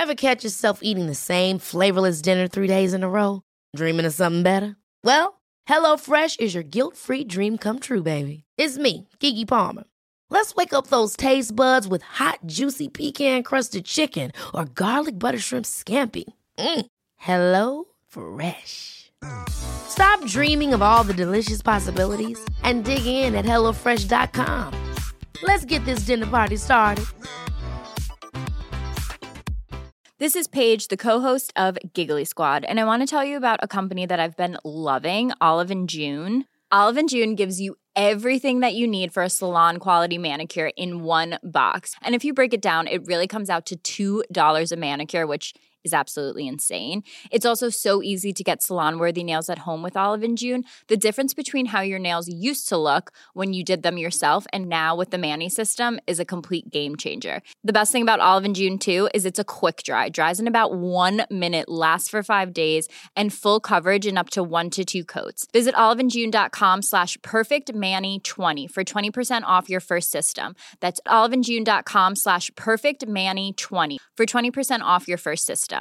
Ever catch yourself eating the same flavorless dinner 3 days in a row? Dreaming of something better? Well, HelloFresh is your guilt-free dream come true, baby. It's me, Keke Palmer. Let's wake up those taste buds with hot, juicy pecan-crusted chicken or garlic butter shrimp scampi. Hello Fresh. Stop dreaming of all the delicious possibilities and dig in at HelloFresh.com. Let's get this dinner party started. This is Paige, the co-host of Giggly Squad, and I want to tell you about a company that I've been loving, Olive & June. Olive & June gives you everything that you need for a salon-quality manicure in one box. And if you break it down, it really comes out to $2 a manicure, which is absolutely insane. It's also so easy to get salon-worthy nails at home with Olive & June. The difference between how your nails used to look when you did them yourself and now with the Mani system is a complete game changer. The best thing about Olive & June, too, is it's a quick dry. Dries in about 1 minute, lasts for 5 days, and full coverage in up to 1 to 2 coats. Visit oliveandjune.com/perfectmani20 for 20% off your first system. That's oliveandjune.com/perfectmani20 for 20% off your first system.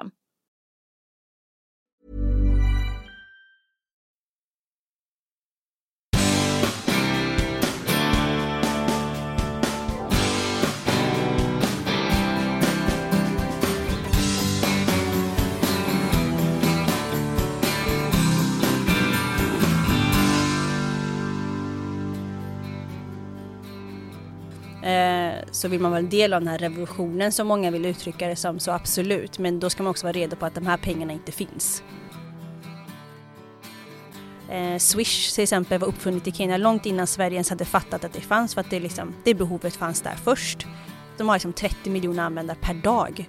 Så vill man vara en del av den här revolutionen som många vill uttrycka det som, så absolut. Men då ska man också vara redo på att de här pengarna inte finns. Swish till exempel var uppfunnet i Kenya långt innan Sverige ens hade fattat att det fanns, för att det behovet fanns där först. De har 30 miljoner användare per dag.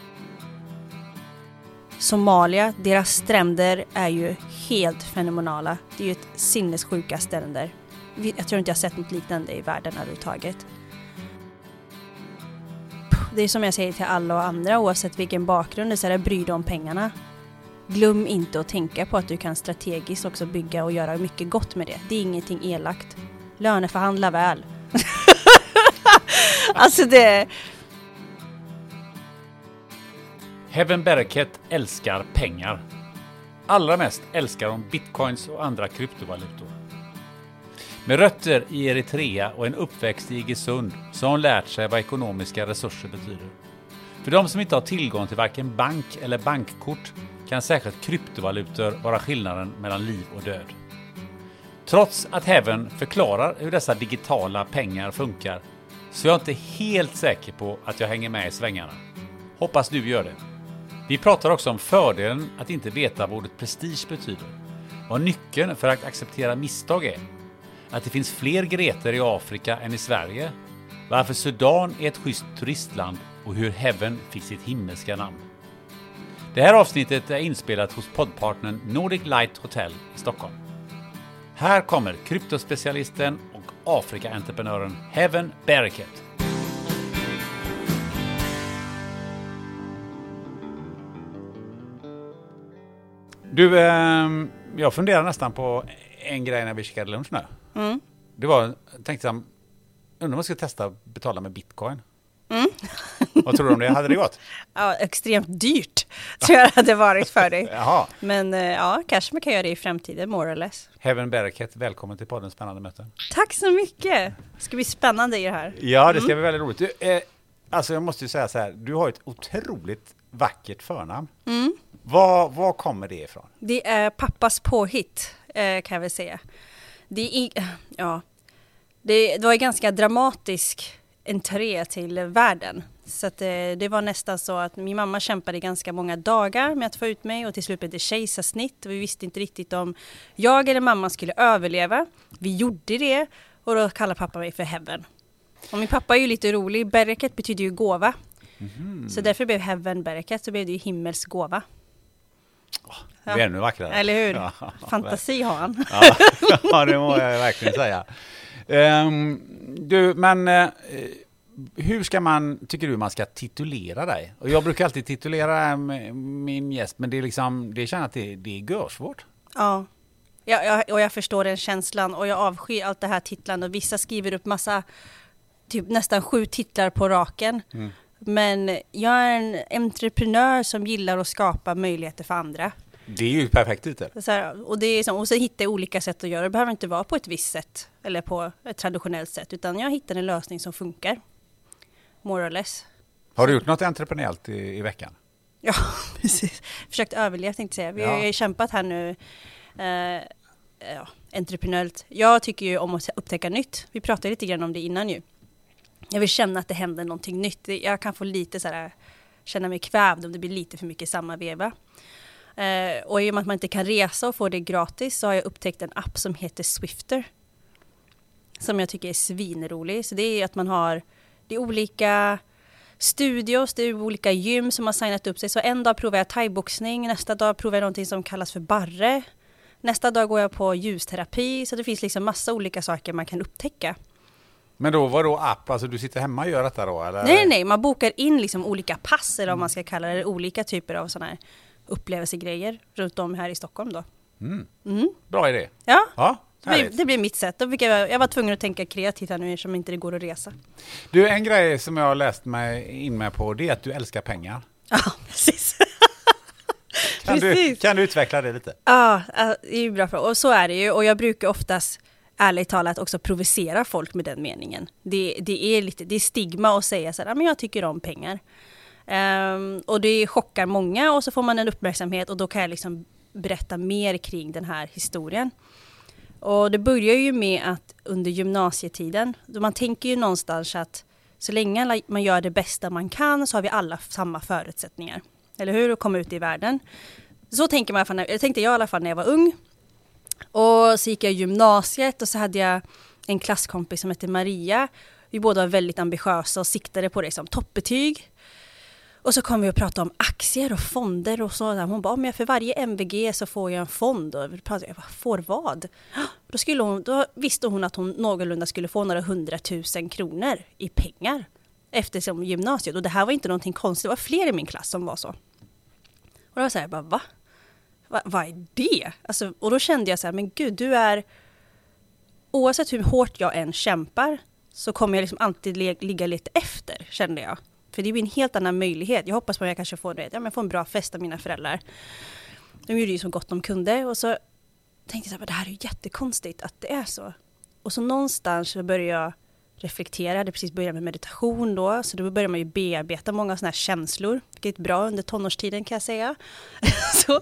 Somalia, deras stränder är ju helt fenomenala. Det är ju ett sinnessjuka stränder. Jag tror inte jag har sett något liknande i världen överhuvudtaget. Det är som jag säger till alla och andra, oavsett vilken bakgrund, så är det, bry dig om pengarna. Glöm inte att tänka på att du kan strategiskt också bygga och göra mycket gott med det. Det är ingenting elakt. Löneförhandla väl. Alltså det... Heaven Barakat älskar pengar. Allra mest älskar de bitcoins och andra kryptovalutor. Med rötter i Eritrea och en uppväxt i Iggesund så har hon lärt sig vad ekonomiska resurser betyder. För de som inte har tillgång till varken bank eller bankkort kan särskilt kryptovalutor vara skillnaden mellan liv och död. Trots att Heaven förklarar hur dessa digitala pengar funkar så är jag inte helt säker på att jag hänger med i svängarna. Hoppas du gör det. Vi pratar också om fördelen att inte veta vad ordet prestige betyder. Vad nyckeln för att acceptera misstag är. Att det finns fler Greter i Afrika än i Sverige. Varför Sudan är ett schysst turistland och hur Heaven fick sitt himmelska namn. Det här avsnittet är inspelat hos poddpartnern Nordic Light Hotel i Stockholm. Här kommer kryptospecialisten och Afrika-entreprenören Heaven Barakat. Du, jag funderar nästan på en grej när vi kikade lunch nu. Det var, tänkte jag, undrar om jag ska testa att betala med bitcoin. Vad tror du om det? Hade det gått? Ja, extremt dyrt tror jag det hade varit för dig. Jaha. Men ja, kanske man kan göra det i framtiden, more or less. Heaven Barakat, välkommen till podden Spännande möten. Tack så mycket. Det ska bli spännande i det här. Ja, det ska bli väldigt roligt. Du, alltså jag måste ju säga så här, du har ett otroligt vackert förnamn. Var kommer det ifrån? Det är pappas påhitt, kan jag väl säga. Det var en ganska dramatisk entré till världen. Så att det var nästan så att min mamma kämpade ganska många dagar med att få ut mig och till slut blev det kejsarsnitt. Vi visste inte riktigt om jag eller mamma skulle överleva. Vi gjorde det och då kallade pappa mig för Heaven. Och min pappa är ju lite rolig. Barakat betyder ju gåva. Så därför blev Heaven Barakat, så blev det ju himmels gåva. Det är ännu vackrare. Eller hur? Ja, fantasi har han. Ja, det må jag verkligen säga. Hur ska tycker du man ska titulera dig? Och jag brukar alltid titulera min gäst, men det är liksom, det känns att det är görsvårt. Ja. Och jag förstår den känslan och jag avskyr allt det här titlarna och vissa skriver upp massa, typ nästan 7 titlar på raken. Men jag är en entreprenör som gillar att skapa möjligheter för andra. Det är ju perfekt titel. Och så hittar jag olika sätt att göra. Det behöver inte vara på ett visst sätt eller på ett traditionellt sätt, utan jag hittar en lösning som funkar. More or less. Har du gjort något entreprenöriellt i veckan? Ja, precis. Försökt överleva, tänkte jag säga. Vi har ju kämpat här nu entreprenöriellt. Jag tycker ju om att upptäcka nytt. Vi pratade lite grann om det innan ju. Jag vill känna att det händer någonting nytt. Jag kan få lite så här, känna mig kvävd om det blir lite för mycket i samma veva. Och i och med att man inte kan resa och få det gratis så har jag upptäckt en app som heter Swifter. Som jag tycker är svinrolig. Så det är att det är olika studios, det är olika gym som har signat upp sig. Så en dag provar jag thaiboxning, nästa dag provar jag någonting som kallas för barre. Nästa dag går jag på ljusterapi. Så det finns liksom massa olika saker man kan upptäcka. Men då var då app, alltså du sitter hemma och gör detta då? Eller? Nej, man bokar in liksom olika pass eller om man ska kalla det, olika typer av sådana här upplevelsegrejer runt om här i Stockholm då. Bra idé. Ja, det blir mitt sätt. Jag var tvungen att tänka kreativt här nu som inte det går att resa. Du, en grej som jag har läst mig in med på, det är att du älskar pengar. Ja, precis. Kan du utveckla det lite? Ja, det är ju bra fråga. Och så är det ju. Och jag brukar oftast ärligt talat också provocera folk med den meningen. Det är stigma att säga så här, men jag tycker om pengar. Och det chockar många och så får man en uppmärksamhet och då kan jag liksom berätta mer kring den här historien. Och det börjar ju med att under gymnasietiden, då man tänker ju någonstans att så länge man gör det bästa man kan så har vi alla samma förutsättningar. Eller hur? Att komma ut i världen. Så tänkte jag i alla fall när jag var ung. Och så gick jag i gymnasiet och så hade jag en klasskompis som hette Maria. Vi båda var väldigt ambitiösa och siktade på det som toppbetyg. Och så kom vi att prata om aktier och fonder och så. Hon bara, men för varje MVG så får jag en fond. Och jag bara, får vad? Då visste hon att hon någorlunda skulle få några 100 000 kronor i pengar efter som gymnasiet. Och det här var inte någonting konstigt. Det var fler i min klass som var så. Och då var jag så här, va? Vad är det? Alltså, och då kände jag så här, men gud, oavsett hur hårt jag än kämpar så kommer jag liksom alltid ligga lite efter, kände jag. För det blir en helt annan möjlighet. Jag hoppas på att jag kanske får en bra fest av mina föräldrar. De gjorde ju så gott de kunde. Och så tänkte jag så här, det här är ju jättekonstigt att det är så. Och så någonstans så började jag reflektera. Jag hade precis börjat med meditation då. Så då började man ju bearbeta många sådana här känslor. Vilket är bra under tonårstiden kan jag säga. Så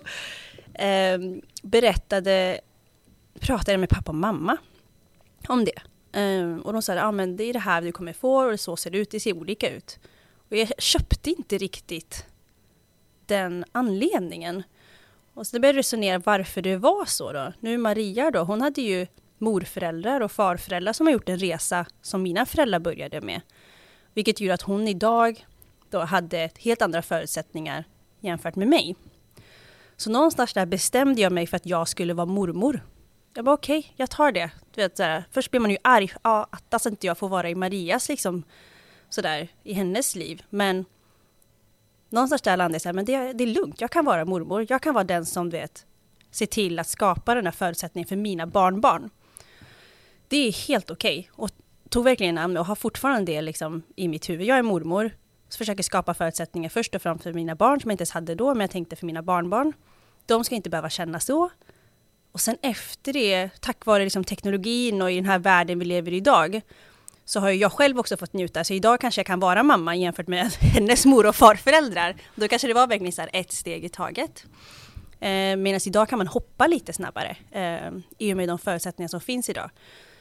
pratade med pappa och mamma om det. Och de sa, men det är det här du kommer få och så ser det ut. Det ser olika ut. Och jag köpte inte riktigt den anledningen. Och så började jag resonera varför det var så då. Nu Maria då, hon hade ju morföräldrar och farföräldrar som har gjort en resa som mina föräldrar började med. Vilket gjorde att hon idag då hade helt andra förutsättningar jämfört med mig. Så någonstans där bestämde jag mig för att jag skulle vara mormor. Jag bara okej, jag tar det. Du vet, såhär, först blir man ju arg att alltså inte jag får vara i Marias liksom sådär i hennes liv. Men någonstans där landade jag såhär, men det är lugnt. Jag kan vara mormor. Jag kan vara den som ser till att skapa den här förutsättningen för mina barnbarn. Det är helt okej. Och tog verkligen namn och har fortfarande det liksom i mitt huvud. Jag är mormor. Så försöker skapa förutsättningar först och främst för mina barn som jag inte ens hade då. Men jag tänkte för mina barnbarn. De ska inte behöva känna så. Och sen efter det, tack vare liksom teknologin och i den här världen vi lever i idag, så har jag själv också fått njuta. Så idag kanske jag kan vara mamma jämfört med hennes mor- och farföräldrar. Då kanske det var verkligen så här ett steg i taget. Medan idag kan man hoppa lite snabbare i och med de förutsättningar som finns idag.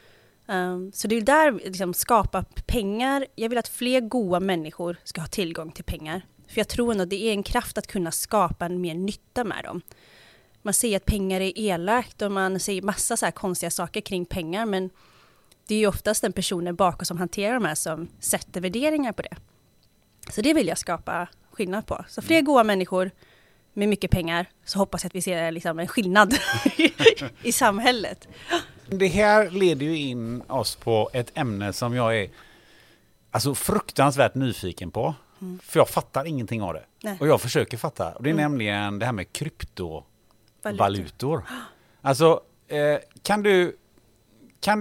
Så det är där liksom skapa pengar. Jag vill att fler goda människor ska ha tillgång till pengar. För jag tror ändå att det är en kraft att kunna skapa en mer nytta med dem. Man säger att pengar är elakt och man säger massa så här konstiga saker kring pengar. Men det är ju oftast den personen bakom som hanterar de här som sätter värderingar på det. Så det vill jag skapa skillnad på. Så fler goda människor med mycket pengar, så hoppas jag att vi ser liksom en skillnad i samhället. Det här leder ju in oss på ett ämne som jag är alltså fruktansvärt nyfiken på. För jag fattar ingenting av det. Nej. Och jag försöker fatta. Och det är nämligen det här med kryptovalutor. Alltså, kan du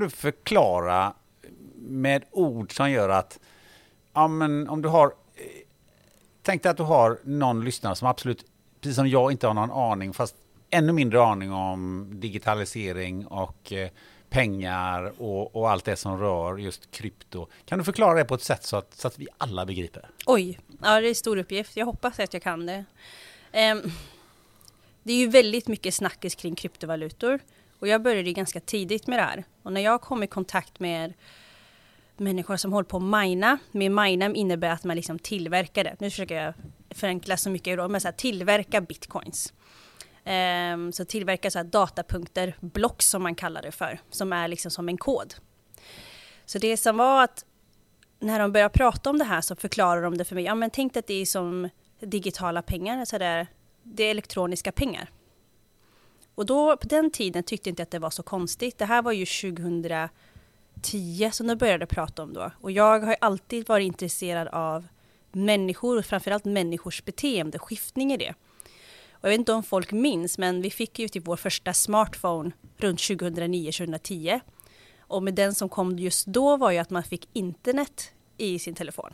förklara med ord som gör att ja, men om du har tänk dig att du har någon lyssnare som absolut, precis som jag, inte har någon aning, fast ännu mindre aning om digitalisering och pengar och allt det som rör just krypto. Kan du förklara det på ett sätt så att vi alla begriper? Oj, ja, det är en stor uppgift. Jag hoppas att jag kan det. Det är ju väldigt mycket snackis kring kryptovalutor. Och jag började ganska tidigt med det här. Och när jag kom i kontakt med människor som håller på att mina. Med mina innebär att man liksom tillverkar det. Nu försöker jag förenkla så mycket då, men så här, tillverka bitcoins. Så tillverka så här datapunkter, block som man kallar det för. Som är liksom som en kod. Så det som var att när de började prata om det här så förklarar de det för mig. Ja, men tänk att det är som digitala pengar. Så det är elektroniska pengar. Och då på den tiden tyckte jag inte att det var så konstigt. Det här var ju 2010 som de började prata om då. Och jag har alltid varit intresserad av människor och framförallt människors beteende, skiftning i det. Och jag vet inte om folk minns, men vi fick ju typ vår första smartphone runt 2009-2010. Och med den som kom just då var ju att man fick internet i sin telefon.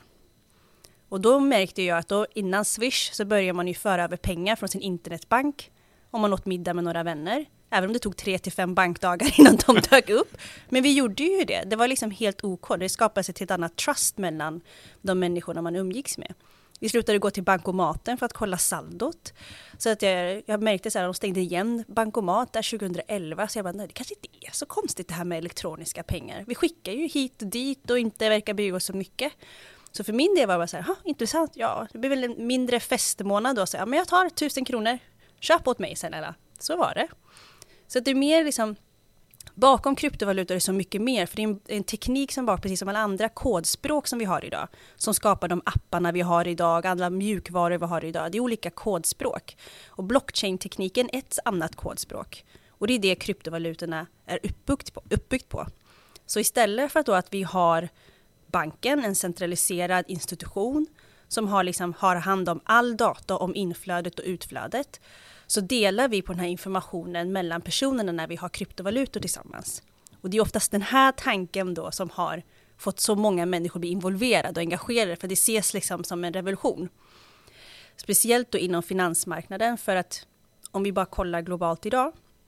Och då märkte jag att då innan Swish så började man ju föra över pengar från sin internetbank om man åt middag med några vänner. Även om det tog 3 till 5 bankdagar innan de dök upp. Men vi gjorde ju det. Det var liksom helt OK. Det skapade sig till ett annat trust mellan de människorna man umgicks med. Vi slutade gå till bankomaten för att kolla saldot. Så att jag märkte så här, de stängde igen bankomat där 2011. Så jag bara, nej, det kanske inte är så konstigt det här med elektroniska pengar. Vi skickar ju hit och dit och inte verkar bry oss så mycket. Så för min del var det bara så här, intressant. Ja, det blir väl en mindre festmånad då. Så ja, men jag tar 1000 kronor. Köp åt mig sen eller. Så var det. Så att det är mer liksom, bakom kryptovalutor är så mycket mer. För det är en teknik som var precis som alla andra kodspråk som vi har idag. Som skapar de apparna vi har idag, andra mjukvaror vi har idag. Det är olika kodspråk. Och blockchain-tekniken är ett annat kodspråk. Och det är det kryptovalutorna är uppbyggt på. Så istället för att vi har banken, en centraliserad institution som har hand om all data om inflödet och utflödet, så delar vi på den här informationen mellan personerna när vi har kryptovalutor tillsammans. Och det är oftast den här tanken då som har fått så många människor bli involverade och engagerade, för det ses liksom som en revolution. Speciellt då inom finansmarknaden, för att om vi bara kollar globalt idag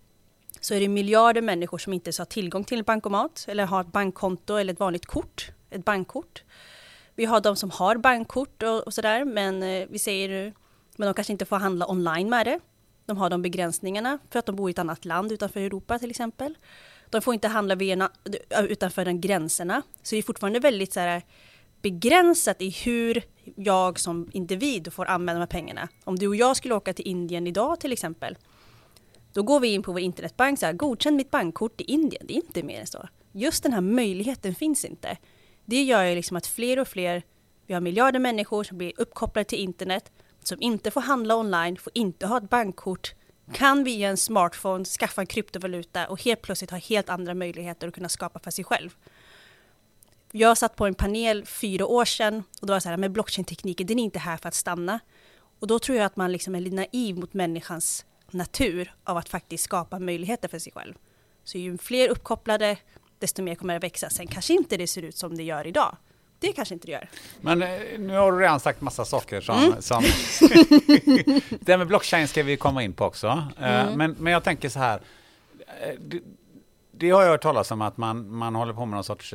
så är det miljarder människor som inte har tillgång till en bankomat eller har ett bankkonto eller ett vanligt kort, ett bankkort. Vi har de som har bankkort och sådär, men men de kanske inte får handla online med det. De har de begränsningarna för att de bor i ett annat land utanför Europa till exempel. De får inte handla utanför den gränserna. Så det är fortfarande väldigt så här, begränsat i hur jag som individ får använda de här pengarna. Om du och jag skulle åka till Indien idag till exempel, då går vi in på vår internetbank så här, godkänn mitt bankkort i Indien. Det är inte mer än så. Just den här möjligheten finns inte. Det gör ju liksom att fler och fler, vi har miljarder människor som blir uppkopplade till internet, som inte får handla online, får inte ha ett bankkort, kan via en smartphone skaffa en kryptovaluta och helt plötsligt ha helt andra möjligheter att kunna skapa för sig själv. Jag satt på en panel 4 år sedan och då var det så här, med blockchain-tekniken, den är inte här för att stanna. Och då tror jag att man liksom är lite naiv mot människans natur av att faktiskt skapa möjligheter för sig själv. Så ju fler uppkopplade, desto mer kommer det växa. Sen kanske inte det ser ut som det gör idag. Det kanske inte det gör. Men nu har du redan sagt massa saker som det med blockchain ska vi komma in på också. Men jag tänker så här, det har jag hört talas om att man håller på med någon sorts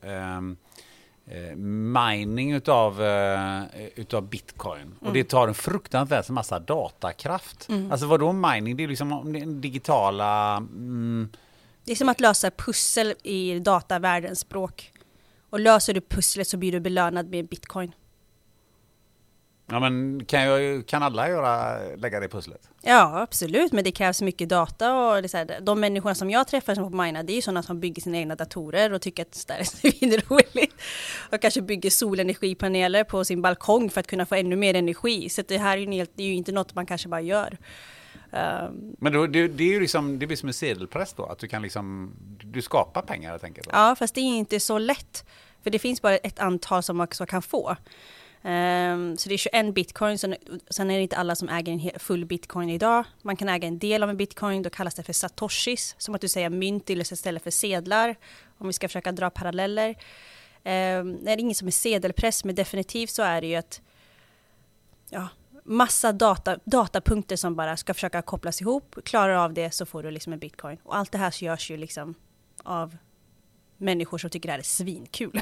mining utav bitcoin. Och det tar en fruktansvärt massa datakraft. Alltså vad då mining? Det är liksom digitala... Det är som att lösa pussel i datavärldens språk. Och löser du pusslet så blir du belönad med bitcoin. Ja, men kan alla lägga det pusslet? Ja, absolut. Men det krävs mycket data. Och det är så här, de människorna som jag träffar som på Mina, det är ju sådana som bygger sina egna datorer och tycker att det är svinroligt. Och kanske bygger solenergipaneler på sin balkong för att kunna få ännu mer energi. Så det här är ju inte något man kanske bara gör. Men då, det är ju liksom, det blir som en sedelpress då, att du kan liksom, du skapar pengar helt enkelt. Ja, fast det är inte så lätt. För det finns bara ett antal som man också kan få. Så det är 21 bitcoin, sen är det inte alla som äger en full bitcoin idag. Man kan äga en del av en bitcoin, då kallas det för satoshis, som att du säger mynt istället för sedlar, om vi ska försöka dra paralleller. Det är ingen som är sedelpress, men definitivt så är det ju att massa datapunkter som bara ska försöka kopplas ihop. Klarar av det så får du liksom en bitcoin. Och allt det här görs ju liksom av människor som tycker det här är svinkul.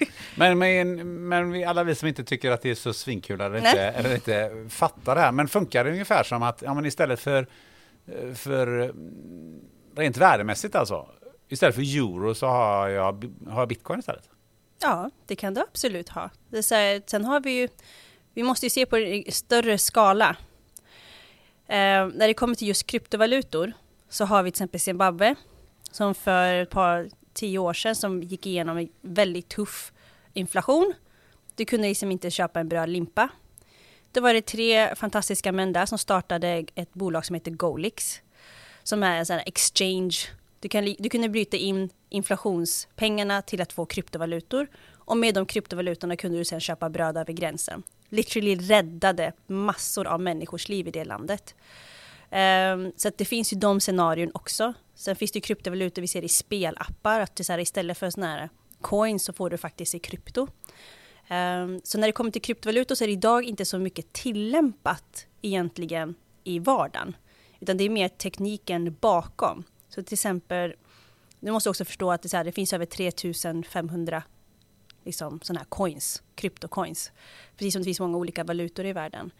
Men alla vi som inte tycker att det är så svinkul eller inte fattar det här. Men funkar det ungefär som att men istället för rent värdemässigt alltså, istället för euro så har jag bitcoin istället? Ja, det kan du absolut ha. Det är så här, sen har vi måste ju se på en större skala. När det kommer till just kryptovalutor så har vi till exempel Zimbabwe som för ett par 10 år sedan som gick igenom en väldigt tuff inflation. Du kunde liksom inte köpa en brödlimpa. Då var det 3 fantastiska män där som startade ett bolag som heter Golix. Som är en sån här exchange. Du kunde bryta in inflationspengarna till att få kryptovalutor. Och med de kryptovalutorna kunde du sedan köpa bröd över gränsen. Literally räddade massor av människors liv i det landet. Så att det finns ju de scenarion också. Sen finns det ju kryptovalutor vi ser i spelappar. Att det så här, istället för såna här coins så får du faktiskt i krypto. Så när det kommer till kryptovalutor så är det idag inte så mycket tillämpat egentligen i vardagen. Utan det är mer tekniken bakom. Så till exempel, du måste också förstå att det finns över 3500 liksom, sådana här coins, kryptocoins. Precis som det finns många olika valutor i världen.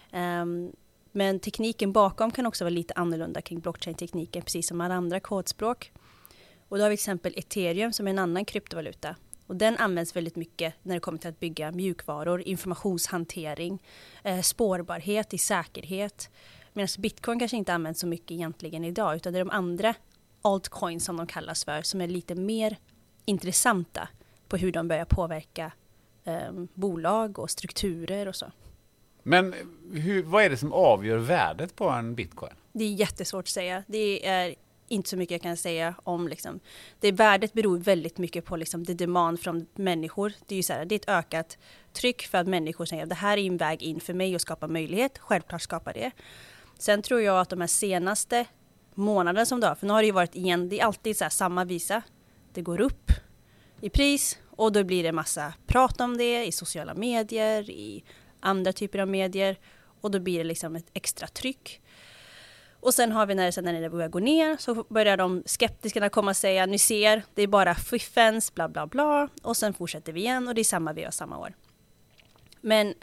Men tekniken bakom kan också vara lite annorlunda kring blockchain-tekniken, precis som alla andra kodspråk. Och då har vi till exempel Ethereum som är en annan kryptovaluta. Och den används väldigt mycket när det kommer till att bygga mjukvaror, informationshantering, spårbarhet i säkerhet. Medan Bitcoin kanske inte används så mycket egentligen idag, utan det är de andra altcoins som de kallas för som är lite mer intressanta på hur de börjar påverka bolag och strukturer och så. Men vad är det som avgör värdet på en bitcoin? Det är jättesvårt att säga. Det är inte så mycket jag kan säga om liksom. Det värdet beror väldigt mycket på liksom det demand från människor. Det är ju så här, det är ett ökat tryck för att människor säger att det här är en väg in för mig att skapa möjlighet. Självklart skapar det. Sen tror jag att de här senaste månaderna som det har, för nu har det ju varit igen, det är alltid så här samma visa. Det går upp i pris och då blir det massa prat om det i sociala medier, i andra typer av medier och då blir det liksom ett extra tryck. Och sen har vi när det börjar gå ner så börjar de skeptikerna komma och säga ni ser, det är bara fiffens, bla bla bla. Och sen fortsätter vi igen och det är samma vi har samma år. Men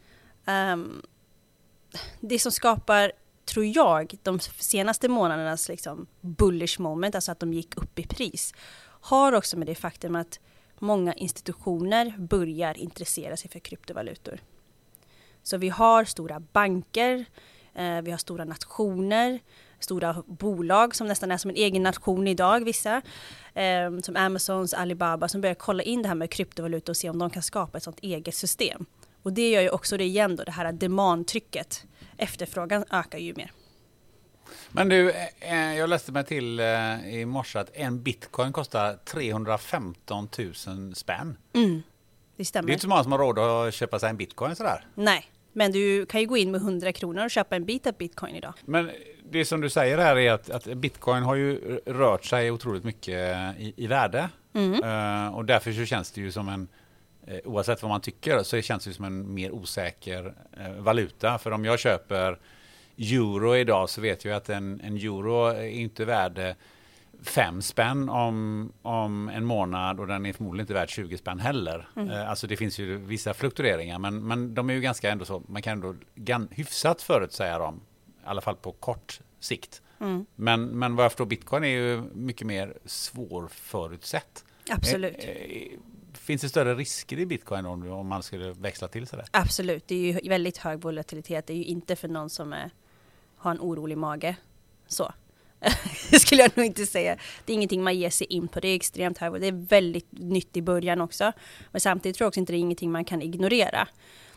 det som skapar, tror jag, de senaste månadernas liksom bullish moment, alltså att de gick upp i pris, har också med det faktum att många institutioner börjar intressera sig för kryptovalutor. Så vi har stora banker, vi har stora nationer, stora bolag som nästan är som en egen nation idag, vissa. Som Amazons, Alibaba som börjar kolla in det här med kryptovalutor och se om de kan skapa ett sånt eget system. Och det gör ju också det igen då, det här demandtrycket. Efterfrågan ökar ju mer. Men du, jag läste mig till i morse att en bitcoin kostar 315 000 spänn. Det stämmer. Det är inte så många som har råd att köpa sig en bitcoin sådär. Nej, men du kan ju gå in med 100 kronor och köpa en bit av bitcoin idag. Men det som du säger här är att bitcoin har ju rört sig otroligt mycket i värde. Och därför så känns det ju som en, oavsett vad man tycker, så känns det som en mer osäker valuta. För om jag köper euro idag så vet jag att en euro är inte värd 5 spänn om en månad och den är förmodligen inte värd 20 spänn heller. Alltså det finns ju vissa fluktueringar men de är ju ganska ändå så, man kan ändå hyfsat förutsäga dem, i alla fall på kort sikt. Men vad jag förstår, bitcoin är ju mycket mer svårförutsett. Absolut. Finns det större risker i bitcoin om man skulle växla till sig det? Absolut, det är ju väldigt hög volatilitet. Det är ju inte för någon som har en orolig mage. Så. Det skulle jag nog inte säga. Det är ingenting man ger sig in på. Det är extremt hög. Det är väldigt nytt i början också. Men samtidigt tror jag också inte det är ingenting man kan ignorera.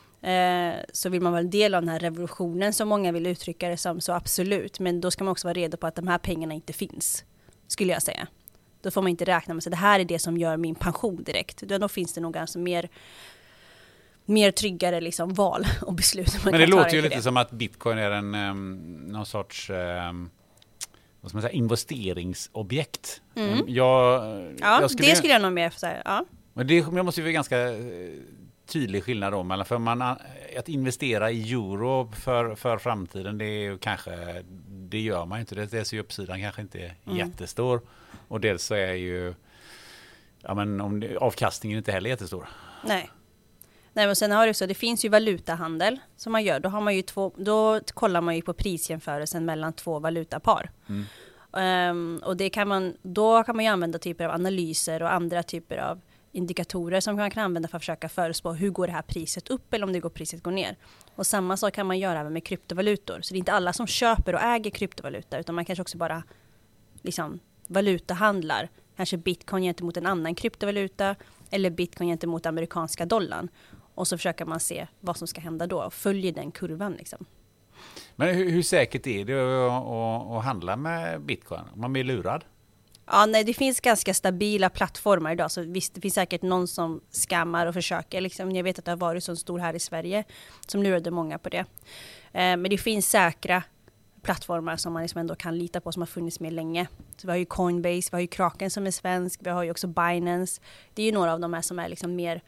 Så vill man vara en del av den här revolutionen som många vill uttrycka det som, så absolut. Men då ska man också vara redo på att de här pengarna inte finns, skulle jag säga. Då får man inte räkna med att det här är det som gör min pension direkt. Då finns det nog ganska mer tryggare liksom val och beslut. Men det låter ju lite som att bitcoin är någon sorts vad ska man säga, investeringsobjekt. Det skulle jag nog mer säga. Ja. Men det måste ju vara ganska tydlig skillnad då mellan, att investera i euro för framtiden, det är ju kanske, det gör man inte, dels är uppsidan kanske inte jättestor, och dels så är ju avkastningen inte heller jättestor. Nej, men sen har det finns ju valutahandel som man gör. Då har man ju då kollar man ju på prisjämförelsen mellan två valutapar. Och då kan man ju använda typer av analyser och andra typer av indikatorer som man kan använda för att försöka förutspå hur går det här priset upp eller om det priset går ner. Och samma sak kan man göra även med kryptovalutor. Så det är inte alla som köper och äger kryptovaluta, utan man kanske också bara liksom valutahandlar. Kanske bitcoin gentemot en annan kryptovaluta eller bitcoin gentemot amerikanska dollarn. Och så försöker man se vad som ska hända då och följer den kurvan liksom. Men hur säkert är det att handla med bitcoin? Man blir lurad? Ja, nej, det finns ganska stabila plattformar idag. Så visst, det finns säkert någon som skammar och försöker. Liksom, jag vet att det har varit så stor här i Sverige som lurade många på det. Men det finns säkra plattformar som man liksom ändå kan lita på, som har funnits med länge. Så vi har ju Coinbase, vi har ju Kraken som är svensk, vi har ju också Binance. Det är ju några av de här som är liksom mer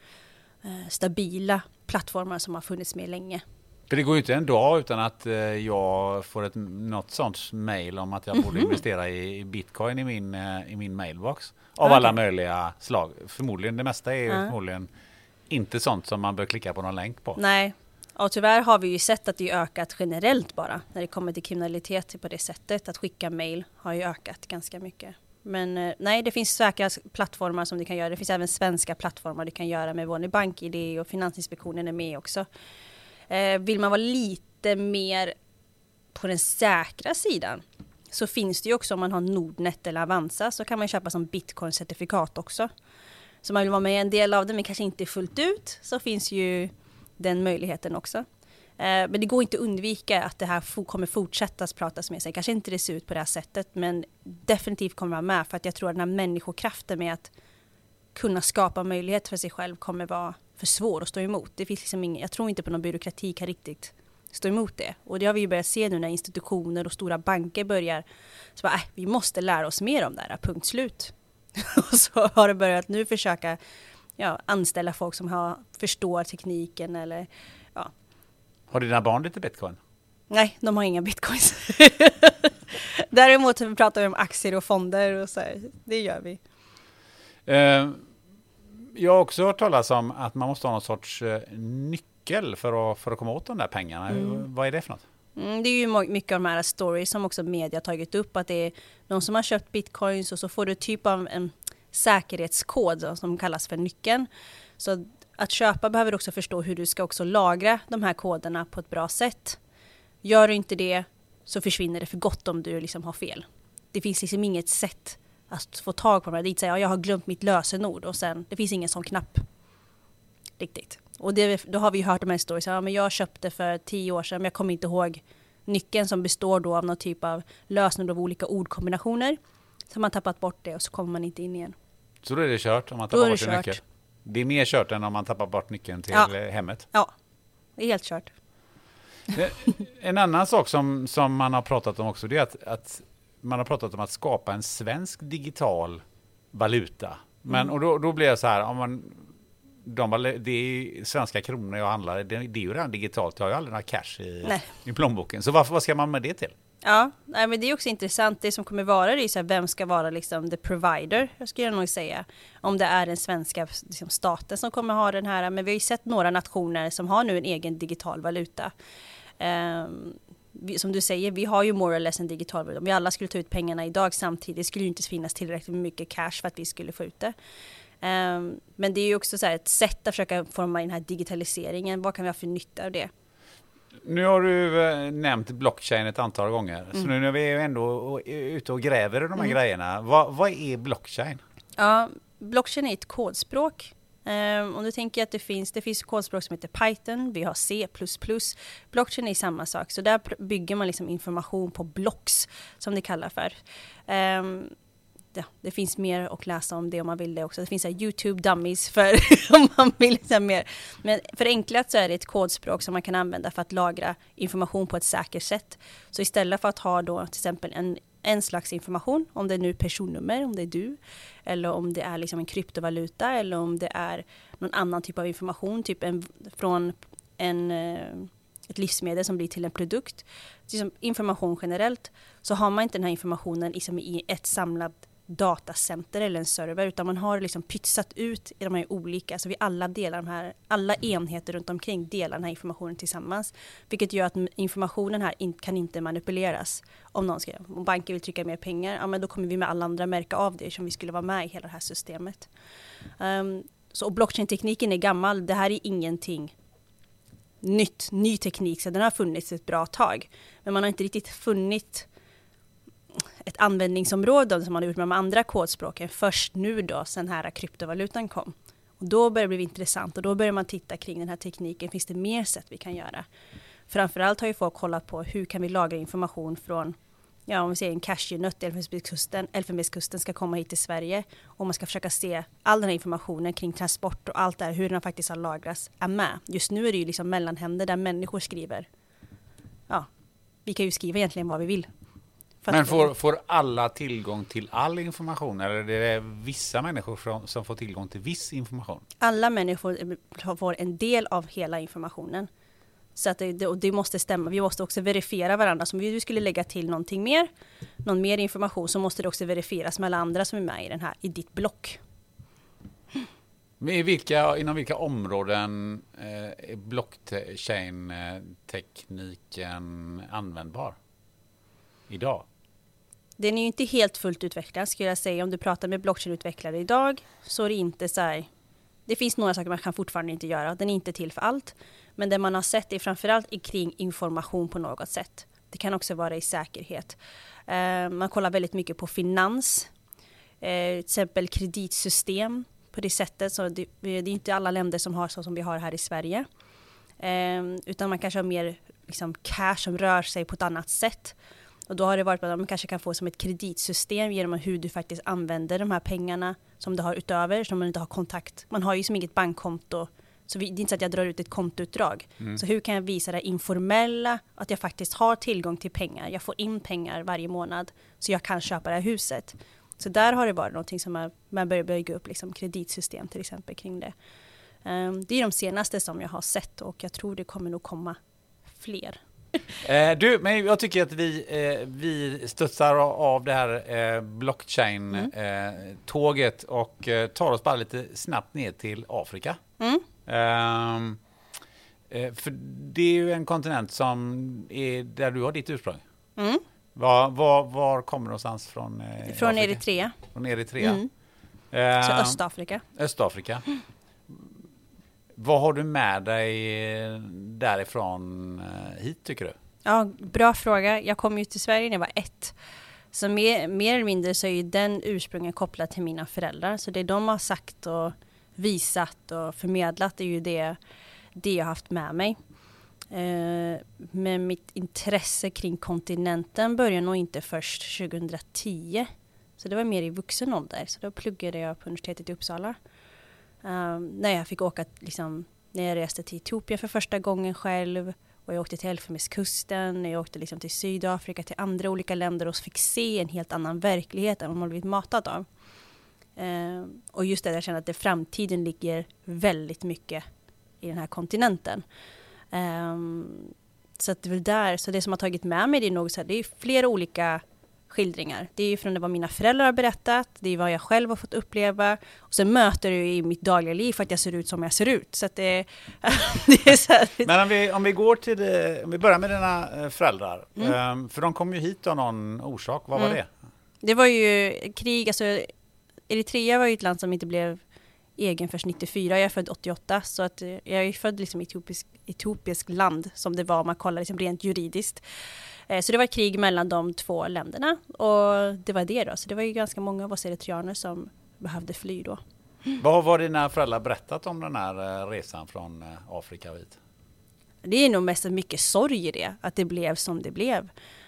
stabila plattformar som har funnits med länge. För det går ju inte en dag utan att jag får något sånt mejl om att jag borde investera i bitcoin i min mailbox. Av alla möjliga slag. Förmodligen, det mesta är ju förmodligen inte sånt som man bör klicka på någon länk på. Nej, och tyvärr har vi ju sett att det är ökat generellt bara. När det kommer till kriminalitet på det sättet. Att skicka mejl har ju ökat ganska mycket. Men nej, det finns säkra plattformar som du kan göra. Det finns även svenska plattformar du kan göra med vanlig BankID, och Finansinspektionen är med också. Vill man vara lite mer på den säkra sidan, så finns det ju också, om man har Nordnet eller Avanza, så kan man köpa som bitcoin-certifikat också. Så man vill vara med en del av det, men kanske inte fullt ut, så finns ju den möjligheten också. Men det går inte att undvika att det här kommer fortsätta pratas med sig. Kanske inte det ser ut på det här sättet, men definitivt kommer vara med, för att jag tror att den här människokraften med att kunna skapa möjligheter för sig själv kommer vara för svår att stå emot. Det finns liksom jag tror inte på någon byråkrati kan riktigt stå emot det. Och det har vi ju börjat se nu när institutioner och stora banker börjar. Så bara, vi måste lära oss mer om det här, punkt slut. Och så har det börjat nu försöka anställa folk som förstår tekniken eller Har dina barn lite bitcoin? Nej, de har inga bitcoins. Däremot pratar vi om aktier och fonder och så här. Det gör vi. Jag har också hört talas om att man måste ha någon sorts nyckel för att komma åt de där pengarna. Vad är det för något? Det är ju mycket av de här stories som också media har tagit upp. Att det är någon som har köpt bitcoins och så får du typ av en säkerhetskod som kallas för nyckeln. Så att köpa behöver du också förstå hur du ska också lagra de här koderna på ett bra sätt. Gör du inte det så försvinner det för gott om du liksom har fel. Det finns liksom inget sätt att få tag på de här. Dit säger jag har glömt mitt lösenord och sen det finns ingen sån knapp. Riktigt. Och då har vi hört de här stories. Ja, men jag köpte för 10 år sedan, men jag kommer inte ihåg nyckeln, som består då av någon typ av lösenord av olika ordkombinationer. Så har man tappat bort det och så kommer man inte in igen. Så då är det kört om man tappar bort en nyckel? Det är mer kört än om man tappar bort nyckeln till hemmet? Ja, det är helt kört. En annan sak som man har pratat om också, det är att man har pratat om att skapa en svensk digital valuta. Men och då blir det så här, det är svenska kronor jag handlar, det är ju redan digitalt, jag har ju aldrig några cash i plånboken. Så vad ska man med det till? Ja, men det är också intressant. Det som kommer vara det är så här, vem ska vara liksom the provider, jag skulle nog säga. Om det är den svenska liksom, staten som kommer ha den här. Men vi har ju sett några nationer som har nu en egen digital valuta. Som du säger, vi har ju more or less en digital valuta. Om vi alla skulle ta ut pengarna idag samtidigt skulle det inte finnas tillräckligt mycket cash för att vi skulle få ut det. Men det är ju också så här, ett sätt att försöka forma den här digitaliseringen. Vad kan vi ha för nytta av det? Nu har du nämnt blockchain ett antal gånger. Så nu när vi är ändå ute och gräver i de här grejerna. Vad är blockchain? Ja, blockchain är ett kodspråk. Om du tänker att det finns kodspråk som heter Python, vi har C++. Blockchain är samma sak. Så där bygger man liksom information på blocks, som det kallar för. Det finns mer att läsa om det om man vill det också. Det finns YouTube dummies för om man vill liksom mer. Men förenklat så är det ett kodspråk som man kan använda för att lagra information på ett säkert sätt. Så istället för att ha då till exempel en en slags information, om det är nu personnummer, om det är du, eller om det är liksom en kryptovaluta, eller om det är någon annan typ av information, typ från ett livsmedel som blir till en produkt. Liksom information generellt, så har man inte den här informationen liksom i ett samlat datacenter eller en server, utan man har liksom pytsat ut i de här olika, så vi alla delar alla enheter runt omkring delar den här informationen tillsammans, vilket gör att informationen här kan inte manipuleras. Om banker vill trycka mer pengar, ja, men då kommer vi med alla andra märka av det som vi skulle vara med i hela det här systemet. Så blockchain-tekniken är gammal, det här är ingenting ny teknik, så den har funnits ett bra tag, men man har inte riktigt funnit ett användningsområde som man har gjort med de andra kodspråken först nu då, sen här kryptovalutan kom. Och då börjar det bli intressant, och då börjar man titta kring den här tekniken. Finns det mer sätt vi kan göra? Framförallt har ju folk kollat på hur kan vi lagra information från, om vi säger en cashewnöt i Elfenbenskusten ska komma hit till Sverige, och man ska försöka se all den här informationen kring transport och allt det här, hur den faktiskt har lagrats, är med. Just nu är det ju liksom mellanhänder där människor skriver. Ja, vi kan ju skriva egentligen vad vi vill. Men får alla tillgång till all information, eller är det vissa människor som får tillgång till viss information? Alla människor får en del av hela informationen. Så att det måste stämma. Vi måste också verifiera varandra. Så om vi skulle lägga till någon mer information, så måste det också verifieras med alla andra som är med i ditt block. Inom vilka områden är blockchain-tekniken användbar idag? Den är ju inte helt fullt utvecklad, skulle jag säga. Om du pratar med blockchain-utvecklare idag, så är det inte så här. Det finns några saker man kan fortfarande inte göra. Den är inte till för allt. Men det man har sett är framförallt kring information på något sätt. Det kan också vara i säkerhet. Man kollar väldigt mycket på finans. Till exempel kreditsystem på det sättet. Så det är inte alla länder som har så som vi har här i Sverige. Utan man kanske har mer liksom cash som rör sig på ett annat sätt. Och då har det varit att man kanske kan få som ett kreditsystem genom hur du faktiskt använder de här pengarna som du har utöver, som man inte har kontakt. Man har ju som inget bankkonto, så det är inte så att jag drar ut ett kontoutdrag. Så hur kan jag visa det informella, att jag faktiskt har tillgång till pengar. Jag får in pengar varje månad så jag kan köpa det här huset. Så där har det varit någonting som man börjar bygga upp, liksom kreditsystem till exempel kring det. Det är de senaste som jag har sett, och jag tror det kommer nog komma fler. Men jag tycker att vi studsar av det här blockchain-tåget och tar oss bara lite snabbt ner till Afrika. För det är ju en kontinent som är där du har ditt ursprung. Var kommer du någonstans från? Från Eritrea. Från Eritrea. Så Östafrika. Vad har du med dig därifrån hit, tycker du? Ja, bra fråga. Jag kom ju till Sverige när jag var 1. Så mer eller mindre så är ju den ursprungen kopplad till mina föräldrar. Så det de har sagt och visat och förmedlat är ju det jag har haft med mig. Men mitt intresse kring kontinenten började nog inte först 2010. Så det var mer i vuxen ålder. Så då pluggade jag på universitetet i Uppsala. När jag fick åka, liksom, när jag reste till Etiopien för första gången själv, och jag åkte till Elfenbenskusten, jag åkte liksom till Sydafrika, till andra olika länder, och fick se en helt annan verklighet än vad man blivit matad av. Och just det, jag känner att det framtiden ligger väldigt mycket i den här kontinenten. Så att det är väl där, så det som har tagit med mig, det är nog så här, det är flera olika skildringar. Det är ju från det vad mina föräldrar har berättat, det är vad jag själv har fått uppleva, och sen möter du i mitt dagliga liv för att jag ser ut som jag ser ut. Så att det är så här. Men om vi går till om vi börjar med dina föräldrar, för de kom ju hit av någon orsak. Vad var det? Det var ju krig, alltså Eritrea var ju ett land som inte blev egen först 94, jag är född 88, så att jag är född liksom etiopisk land som det var om man kollar liksom rent juridiskt. Så det var krig mellan de två länderna, och det var det då. Så det var ju ganska många av oss eritreaner som behövde fly då. Vad har dina föräldrar berättat om den här resan från Afrika hit? Det är nog mest mycket sorg i det, att det blev som det blev.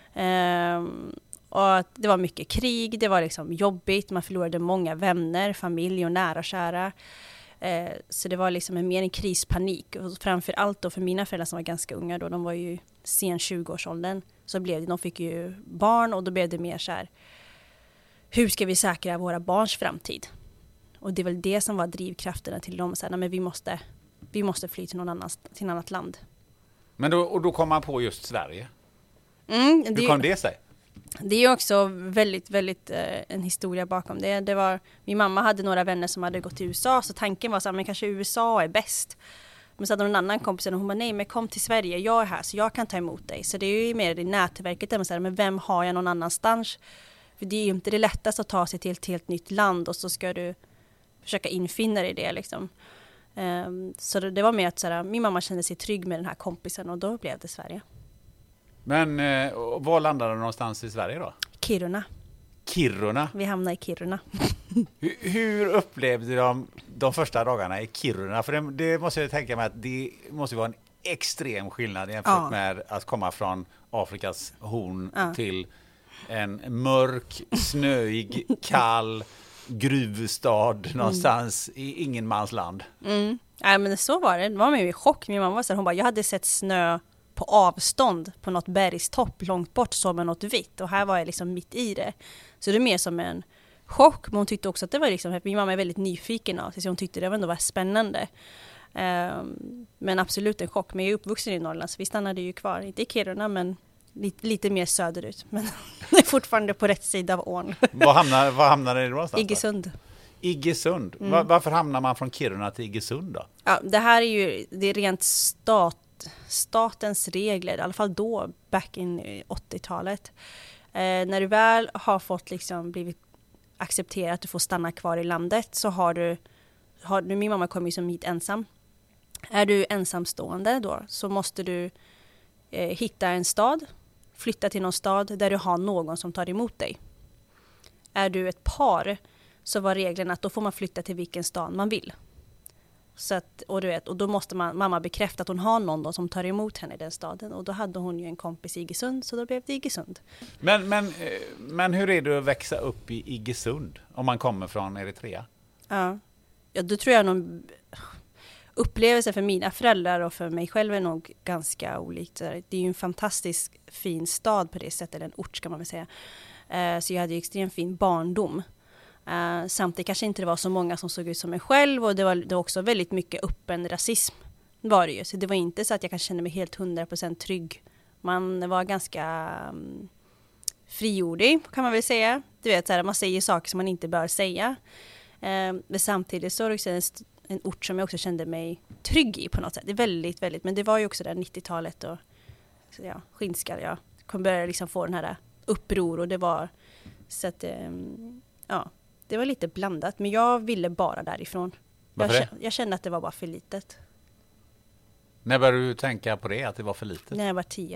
Och att det var mycket krig, det var liksom jobbigt, man förlorade många vänner, familj och nära och kära. Så det var liksom mer en krispanik. Och framför allt då för mina föräldrar som var ganska unga då, de var ju sen 20-årsåldern. Så blev det, de fick ju barn och då blev det mer så här, hur ska vi säkra våra barns framtid? Och det är väl det som var drivkrafterna till dem. Så här, men vi måste fly till till ett annat land. Men då kom man på just Sverige. Hur kom det sig? Det är också väldigt, väldigt en historia bakom det. Det var, min mamma hade några vänner som hade gått till USA, så tanken var så här, men kanske USA är bäst. Men så hade någon annan kompis och hon bara, nej men kom till Sverige, jag är här så jag kan ta emot dig. Så det är ju mer i nätverket där man säger, men vem har jag någon annanstans? För det är ju inte det lättaste att ta sig till ett helt nytt land och så ska du försöka infinna dig i det liksom. Så det var mer att så här, min mamma kände sig trygg med den här kompisen och då blev det Sverige. Men var landade du någonstans i Sverige då? Kiruna. Vi hamnade i Kiruna. Hur upplevde de första dagarna i Kiruna? För det måste jag tänka mig att det måste vara en extrem skillnad jämfört med att komma från Afrikas horn till en mörk, snöig, kall gruvstad någonstans i ingenmansland. Nej, men så var det. Det var mig i chock. Min mamma var så här, hon bara, jag hade sett snö på avstånd på något bergstopp långt bort som med något vitt. Och här var jag liksom mitt i det. Så det är mer som en chock. Men hon tyckte också att det var liksom, min mamma är väldigt nyfiken av sig, så hon tyckte det ändå var spännande. Men absolut en chock. Men jag är uppvuxen i Norrland så vi stannade ju kvar. Inte i Kiruna men lite mer söderut. Men det är fortfarande på rätt sida av ån. Var hamnade det då någonstans? Iggesund. Varför hamnar man från Kiruna till Iggesund då? Ja, det här är ju det är rent statens regler, i alla fall då, back in 80-talet. När du väl har fått liksom blivit accepterat att du får stanna kvar i landet så har du min mamma kom ju som hit ensam. Är du ensamstående då så måste du hitta en stad, flytta till någon stad där du har någon som tar emot dig. Är du ett par så var regeln att då får man flytta till vilken stad man vill. Så att, och då måste mamma bekräfta att hon har någon som tar emot henne i den staden. Och då hade hon ju en kompis i Iggesund, så då blev det Iggesund. Men hur är det att växa upp i Iggesund om man kommer från Eritrea? Ja, då tror jag nog upplevelsen för mina föräldrar och för mig själv är nog ganska olikt. Det är ju en fantastisk fin stad på det sättet, eller en ort ska man väl säga. Så jag hade ju extremt fin barndom. Samtidigt kanske inte det var så många som såg ut som mig själv och det var också väldigt mycket öppen rasism var det ju. Så det var inte så att jag kanske kände mig helt 100% trygg. Man var ganska friordig kan man väl säga. Du vet, så här, man säger saker som man inte bör säga. Men samtidigt så är det också en ort som jag också kände mig trygg i på något sätt. Det är väldigt, väldigt, men det var ju också där 90-talet och så ja, skinskall. Jag kom börja liksom få den här uppror och det var så att ja. Det var lite blandat, men jag ville bara därifrån. Jag kände att det var bara för litet. När började du tänka på det, att det var för litet? När jag var 10.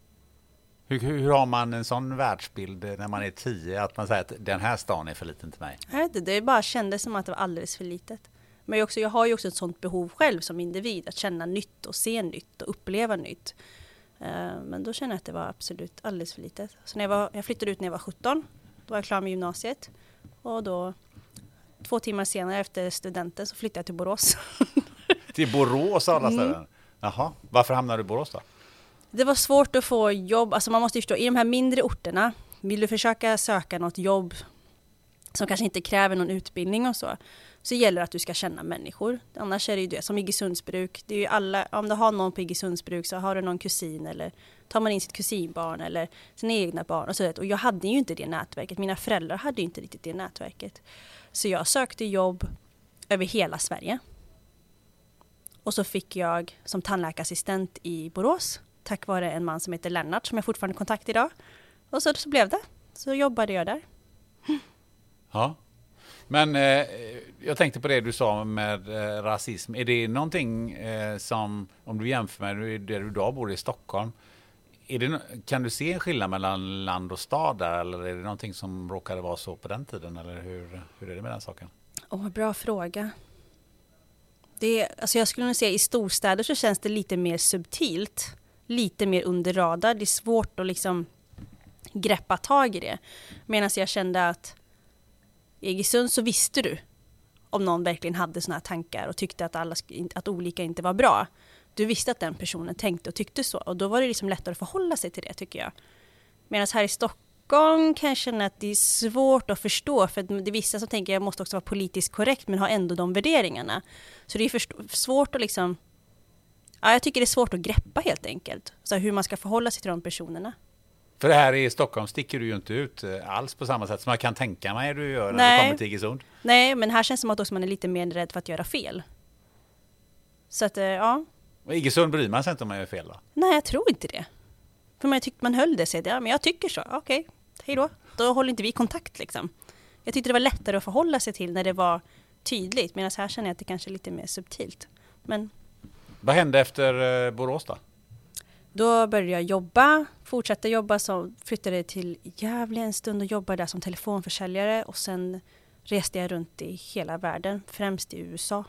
Hur har man en sån världsbild när man är 10? Att man säger att den här stan är för liten till mig? Jag vet inte, det bara kändes som att det var alldeles för litet. Men jag har ju också ett sånt behov själv som individ. Att känna nytt och se nytt och uppleva nytt. Men då kände jag att det var absolut alldeles för litet. Så jag flyttade ut när jag var 17. Då var jag klar med gymnasiet. Och då 2 timmar senare efter studenten så flyttade jag till Borås. Till Borås alla ställen? Jaha, varför hamnade du i Borås då? Det var svårt att få jobb. Alltså man måste förstå, i de här mindre orterna vill du försöka söka något jobb som kanske inte kräver någon utbildning och så gäller det att du ska känna människor. Annars är det ju det, som Iggesundsbruk. Det är ju alla, om du har någon på Iggesundsbruk så har du någon kusin eller tar man in sitt kusinbarn eller sina egna barn och så där. Och jag hade ju inte det nätverket. Mina föräldrar hade ju inte riktigt det nätverket. Så jag sökte jobb över hela Sverige. Och så fick jag som tandläkarassistent i Borås tack vare en man som heter Lennart som jag fortfarande har kontakt idag. Och så blev det. Så jobbade jag där. Ja. Men jag tänkte på det du sa med rasism. Är det någonting som, om du jämför med där du idag bor i Stockholm, kan du se en skillnad mellan land och stad där? Eller är det någonting som råkade vara så på den tiden? Eller hur är det med den saken? Bra fråga. Alltså jag skulle nog säga i storstäder så känns det lite mer subtilt. Lite mer under radar. Det är svårt att liksom greppa tag i det. Medan jag kände att i Iggesund så visste du om någon verkligen hade såna här tankar och tyckte att olika inte var bra. Du visste att den personen tänkte och tyckte så. Och då var det liksom lättare att förhålla sig till det, tycker jag. Medan här i Stockholm kan jag känna att det är svårt att förstå. För det är vissa som tänker att jag måste också vara politiskt korrekt men ha ändå de värderingarna. Så det är svårt att liksom... Ja, jag tycker det är svårt att greppa helt enkelt. Så hur man ska förhålla sig till de personerna. För det här i Stockholm sticker du ju inte ut alls på samma sätt som jag kan tänka mig du gör när du kommer till Iggesund. Nej, men här känns det som att också man är lite mer rädd för att göra fel. Så att, ja. Och Iggesund bryr man sig inte om man gör fel då? Nej, jag tror inte det. För man tyckte man höll det sig. Ja, men jag tycker så. Okej, hej då. Då håller inte vi kontakt liksom. Jag tyckte det var lättare att förhålla sig till när det var tydligt. Medan här känner jag att det kanske är lite mer subtilt. Men... Vad hände efter Borås då? Då började jag jobba, fortsatte jobba, så flyttade till Gävle en stund och jobbade där som telefonförsäljare. Och sen reste jag runt i hela världen, främst i USA.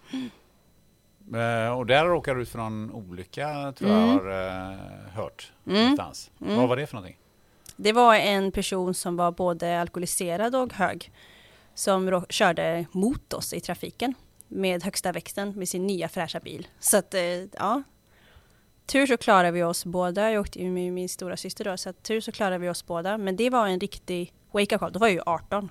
Och där råkade du ut för någon olycka, tror jag har hört någonstans. Vad var det för någonting? Det var en person som var både alkoholiserad och hög som körde mot oss i trafiken med högsta växeln med sin nya fräscha bil. Så att, ja... Tur så klarade vi oss båda. Jag åkte ju med min stora syster då, så att tur så klarade vi oss båda. Men det var en riktig wake-up call. Då var jag ju 18.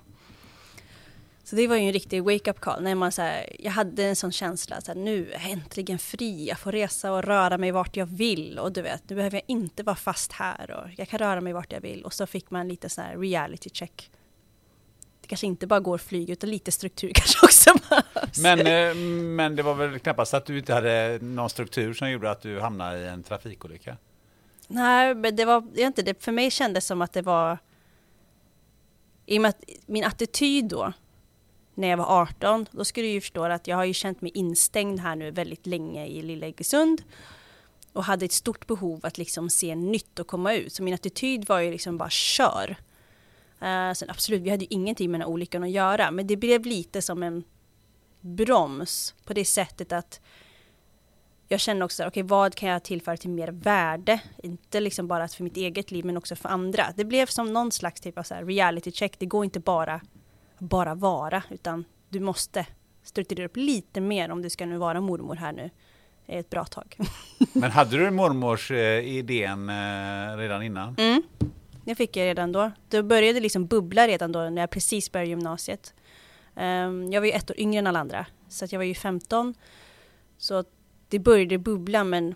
Så det var ju en riktig wake-up call. När man, så här, jag hade en sån känsla att nu är jag äntligen fri. Jag får resa och röra mig vart jag vill. Och du vet, nu behöver jag inte vara fast här. Och jag kan röra mig vart jag vill. Och så fick man lite så här reality check. Det kanske inte bara går flyg utan lite struktur kanske också behövs. Men det var väl knappast att du inte hade någon struktur som gjorde att du hamnade i en trafikolycka? Nej, men det var inte det. För mig kändes som att det var... I och med att min attityd då, när jag var 18, då skulle du ju förstå att jag har ju känt mig instängd här nu väldigt länge i lilla Iggesund. Och hade ett stort behov att liksom se nytt och komma ut. Så min attityd var ju liksom bara kör. Sen absolut, vi hade ju ingenting med den här olyckan att göra. Men det blev lite som en broms på det sättet att jag kände också, okej, vad kan jag tillföra till mer värde? Inte liksom bara för mitt eget liv men också för andra. Det blev som någon slags typ av så här reality check. Det går inte bara vara, utan du måste strukturera upp lite mer om du ska nu vara mormor här nu ett bra tag. Men hade du mormors idén redan innan? Jag fick jag redan då. Det började liksom bubbla redan då när jag precis började gymnasiet. Jag var ju 1 år yngre än alla andra. Så att jag var ju 15. Så det började bubbla, men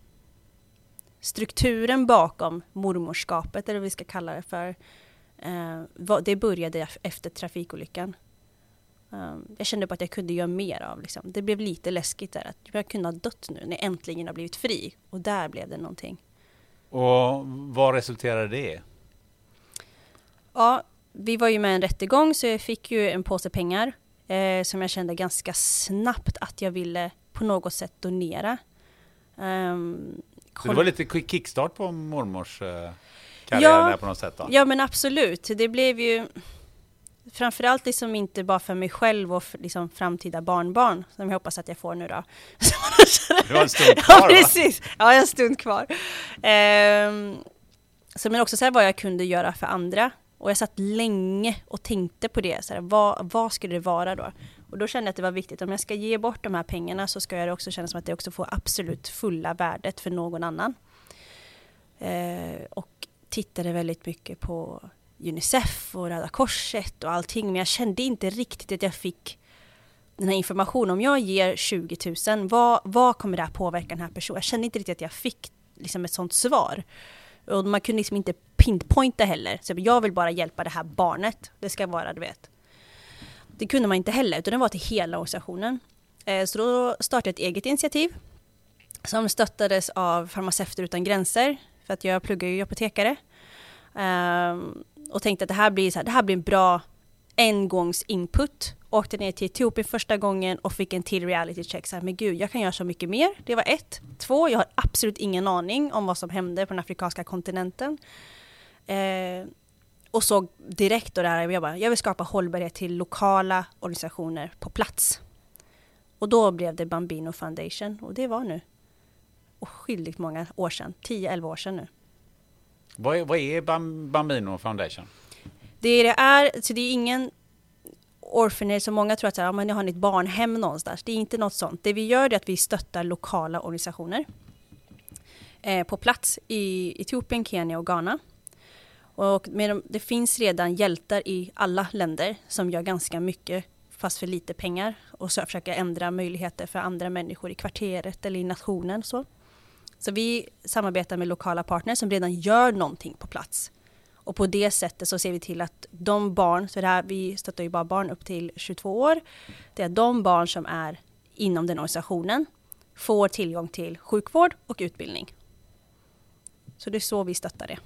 strukturen bakom mormorskapet, eller vad vi ska kalla det för, det började efter trafikolyckan. Jag kände på att jag kunde göra mer av. Liksom. Det blev lite läskigt där. Att jag kunde ha dött nu när jag äntligen har blivit fri. Och där blev det någonting. Och vad resulterade det i? Ja, vi var ju med i en rättegång så jag fick ju en påse pengar som jag kände ganska snabbt att jag ville på något sätt donera. Så det var lite kickstart på mormors karriär där på något sätt då? Ja, men absolut. Det blev ju framförallt liksom inte bara för mig själv och för liksom framtida barnbarn som jag hoppas att jag får nu då. Du har en stund kvar, ja, precis. Ja, jag har en stund kvar. Så, men också så här vad jag kunde göra för andra. Och jag satt länge och tänkte på det. Så här, vad skulle det vara då? Och då kände jag att det var viktigt. Om jag ska ge bort de här pengarna så ska jag också känna som att det också får absolut fulla värdet för någon annan. Och tittade väldigt mycket på UNICEF och Röda Korset och allting. Men jag kände inte riktigt att jag fick den här informationen. Om jag ger 20 000, vad kommer det här påverka den här personen? Jag kände inte riktigt att jag fick liksom ett sånt svar. Och man kunde liksom inte pinpointa heller. Så jag vill bara hjälpa det här barnet. Det ska vara, du vet. Det kunde man inte heller, utan det var till hela organisationen. Så då startade jag ett eget initiativ som stöttades av Farmaceuter utan gränser. För att jag pluggar ju apotekare. Och tänkte att det här blir en bra engångs input. Åkte ner till Etiopien första gången och fick en till reality check. Så här, men gud, jag kan göra så mycket mer. Det var 1. 2, jag har absolut ingen aning om vad som hände på den afrikanska kontinenten. Och såg direkt då där jag vill skapa hållbarhet till lokala organisationer på plats. Och då blev det Bambino Foundation. Och det var nu oskyldigt många år sedan. 10-11 år sedan nu. Vad är Bambino Foundation? Det är ingen orphanage, som många tror att men jag har ett barnhem någonstans. Det är inte något sånt. Det vi gör är att vi stöttar lokala organisationer på plats i Etiopien, Kenya och Ghana. Och det finns redan hjältar i alla länder som gör ganska mycket fast för lite pengar och så försöker ändra möjligheter för andra människor i kvarteret eller i nationen. Så vi samarbetar med lokala partners som redan gör någonting på plats. Och på det sättet så ser vi till att de barn, så det här, vi stöttar ju bara barn upp till 22 år, det är de barn som är inom den organisationen får tillgång till sjukvård och utbildning. Så det är så vi stöttar det.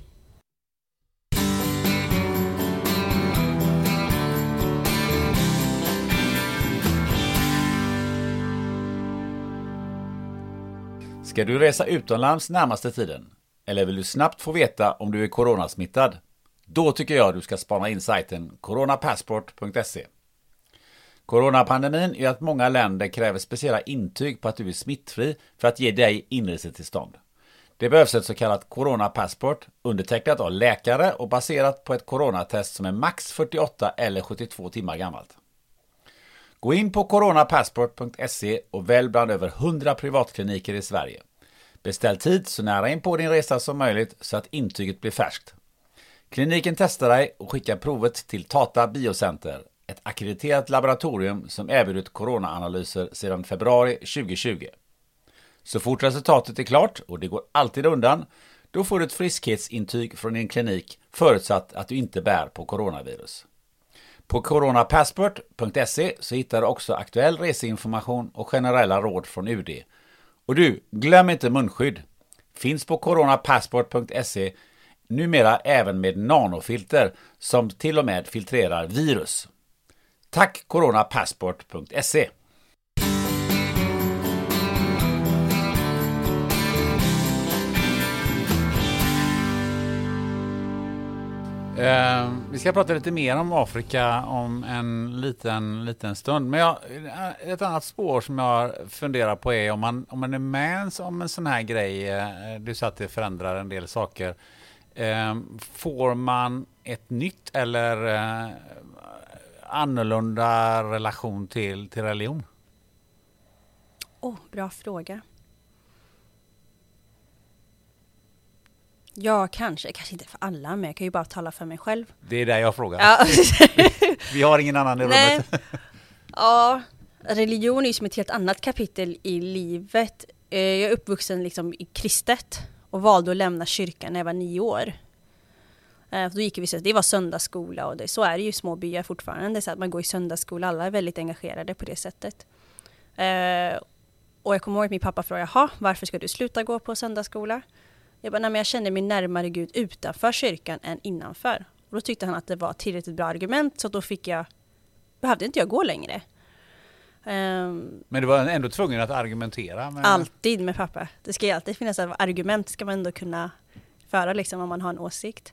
Ska du resa utomlands närmaste tiden? Eller vill du snabbt få veta om du är coronasmittad? Då tycker jag du ska spana in sajten coronapassport.se. Coronapandemin är att många länder kräver speciella intyg på att du är smittfri för att ge dig inresetillstånd. Det behövs ett så kallat coronapassport undertecknat av läkare och baserat på ett coronatest som är max 48 eller 72 timmar gammalt. Gå in på coronapassport.se och välj bland över 100 privatkliniker i Sverige. Beställ tid så nära in på din resa som möjligt så att intyget blir färskt. Kliniken testar dig och skickar provet till Tata Biocenter, ett akkrediterat laboratorium som erbjudit coronaanalyser sedan februari 2020. Så fort resultatet är klart, och det går alltid undan, då får du ett friskhetsintyg från din klinik förutsatt att du inte bär på coronavirus. På coronapassport.se så hittar du också aktuell reseinformation och generella råd från UD. Och du, glöm inte munskydd. Finns på coronapassport.se numera även med nanofilter som till och med filtrerar virus. Tack coronapassport.se. Vi ska prata lite mer om Afrika om en liten stund. Men ett annat spår som jag funderar på är om man är med om en sån här grej. Du sa att det förändrar en del saker. Får man ett nytt eller annorlunda relation till religion? Bra fråga. Ja, kanske inte för alla, men jag kan ju bara tala för mig själv. Det är där jag frågar. Ja. Vi har ingen annan i rummet. Ja, religion är ju som ett helt annat kapitel i livet. Jag är uppvuxen liksom i kristet och valde att lämna kyrkan när jag var 9 år. Då gick vi, det var söndagsskola och så är det ju i små byar fortfarande. Så att man går i söndagsskola, alla är väldigt engagerade på det sättet. Och jag kommer ihåg att min pappa frågade, varför ska du sluta gå på söndagsskola? Jag bara, jag kände mig närmare Gud utanför kyrkan än innanför. Och då tyckte han att det var tillräckligt bra argument, så då behövde inte jag gå längre. Men du var ändå tvungen att argumentera? Alltid med pappa. Det ska ju alltid finnas ett argument, ska man ändå kunna föra liksom, om man har en åsikt.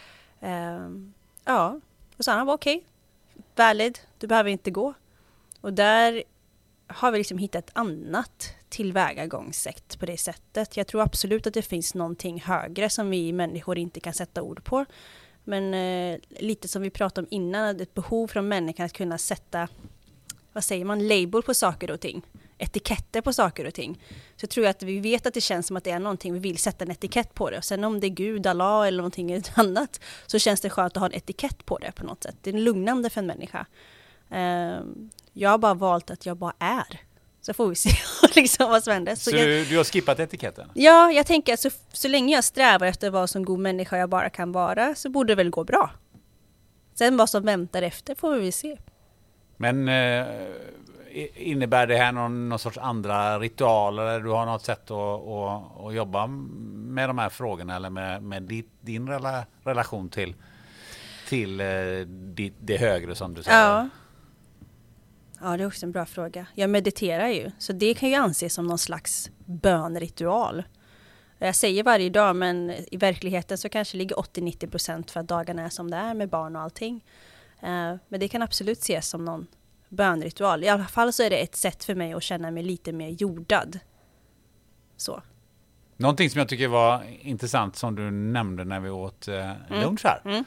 Ja, och så han var okej. Valid, du behöver inte gå. Och där har vi liksom hittat ett annat tillvägagångssätt på det sättet. Jag tror absolut att det finns någonting högre som vi människor inte kan sätta ord på. Men lite som vi pratade om innan, ett behov från människan att kunna sätta, label på saker och ting. Etiketter på saker och ting. Så tror jag att vi vet att det känns som att det är någonting, vi vill sätta en etikett på det. Och sen om det är Gud, Allah eller någonting annat, så känns det skönt att ha en etikett på det på något sätt. Det är lugnande för en människa. Jag har bara valt att jag bara är. Så får vi se liksom vad som händer. Så du har skippat etiketten? Ja, jag tänker att så länge jag strävar efter vad som god människa jag bara kan vara, så borde det väl gå bra. Sen vad som väntar efter får vi se. Men innebär det här någon sorts andra ritualer? Eller du har något sätt att jobba med de här frågorna? Eller med din relation till det högre som du säger? Ja. Ja, det är också en bra fråga. Jag mediterar ju, så det kan ju anses som någon slags bönritual. Jag säger varje dag, men i verkligheten så kanske ligger 80-90% för att dagarna är som det är med barn och allting. Men det kan absolut ses som någon bönritual. I alla fall så är det ett sätt för mig att känna mig lite mer jordad. Så. Någonting som jag tycker var intressant som du nämnde när vi åt lunch här.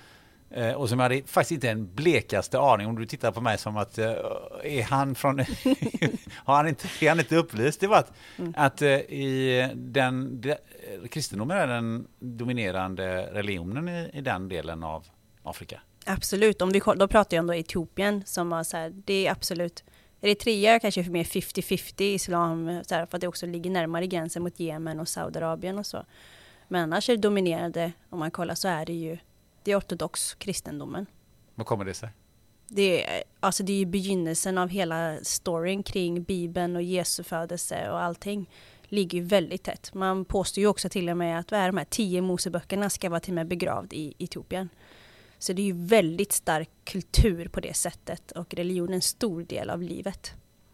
Och som jag hade faktiskt inte en blekaste aning om. Du tittar på mig som att är han från är han inte upplyst? Det var att kristendomen är den dominerande religionen i den delen av Afrika. Absolut, då pratar jag om Etiopien som var så här, det är absolut Eritrea kanske för mer 50-50 islam så här, för att det också ligger närmare gränsen mot Jemen och Saudiarabien och så. Men annars är det dominerande, om man kollar så är det är ortodox kristendomen. Vad kommer det sig? Det är ju begynnelsen av hela storyn kring Bibeln och Jesu födelse och allting ligger ju väldigt tätt. Man påstår ju också till och med att de här 10 Moseböckerna ska vara till och med begravd i Etiopien. Så det är ju väldigt stark kultur på det sättet och religion är en stor del av livet.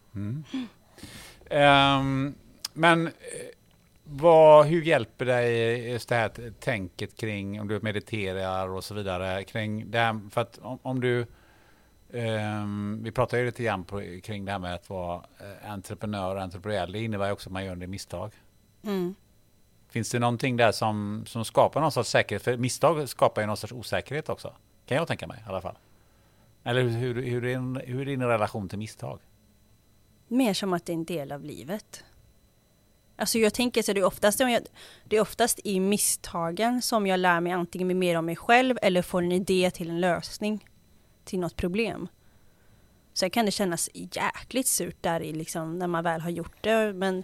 Men hur hjälper dig just det här tänket kring om du mediterar och så vidare kring det här, för att om du vi pratar ju lite grann kring det här med att vara entreprenör, det innebär också att man gör en del misstag. Finns det någonting där som skapar någon sorts säkerhet? För misstag skapar ju någon sorts osäkerhet också. Kan jag tänka mig i alla fall. Eller hur är din relation till misstag? Mer som att det är en del av livet. Alltså jag tänker så det är oftast i misstagen som jag lär mig antingen mer om mig själv eller får en idé till en lösning till något problem. Så kan det kännas jäkligt surt där i liksom, när man väl har gjort det. Men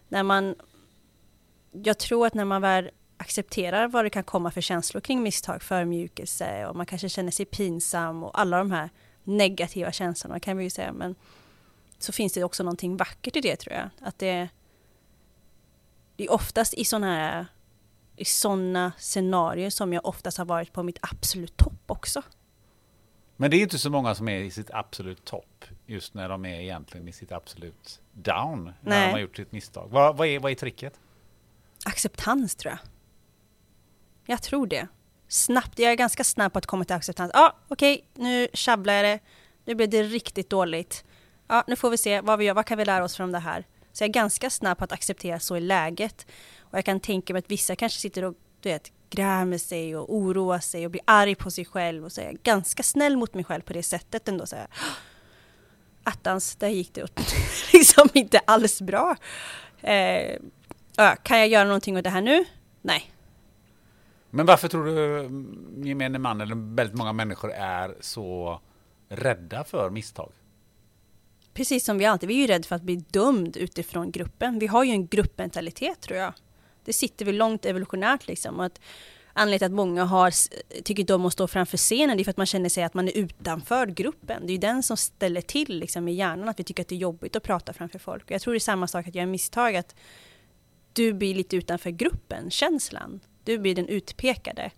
jag tror att när man väl accepterar vad det kan komma för känslor kring misstag, förmjukelse och man kanske känner sig pinsam och alla de här negativa känslorna kan vi ju säga, men så finns det också någonting vackert i det, tror jag. Att det är oftast i såna scenarier som jag oftast har varit på mitt absolut topp också. Men det är inte så många som är i sitt absolut topp just när de är egentligen i sitt absolut down när de har gjort sitt misstag. Vad är tricket? Acceptans, tror jag. Jag tror det. Snabbt. Jag är ganska snabb på att komma till acceptans. Okej, nu tjabblar jag det. Nu blir det riktigt dåligt. Nu får vi se vad vi gör. Vad kan vi lära oss från det här? Så jag är ganska snabb på att acceptera så i läget. Och jag kan tänka mig att vissa kanske sitter och grämer sig och oroar sig och blir arg på sig själv. Och så är jag ganska snäll mot mig själv på det sättet ändå. Så här, attans, där gick det liksom inte alls bra. Kan jag göra någonting åt det här nu? Nej. Men varför tror du gemene man eller väldigt många människor är så rädda för misstag? Precis som vi är ju rädda för att bli dömd utifrån gruppen. Vi har ju en gruppmentalitet, tror jag. Det sitter väl långt evolutionärt liksom. Och anledningen till att många tycker inte om att stå framför scenen, det är för att man känner sig att man är utanför gruppen. Det är ju den som ställer till liksom, i hjärnan att vi tycker att det är jobbigt att prata framför folk. Och jag tror det är samma sak att göra misstag, att du blir lite utanför gruppen, känslan. Du blir den utpekade.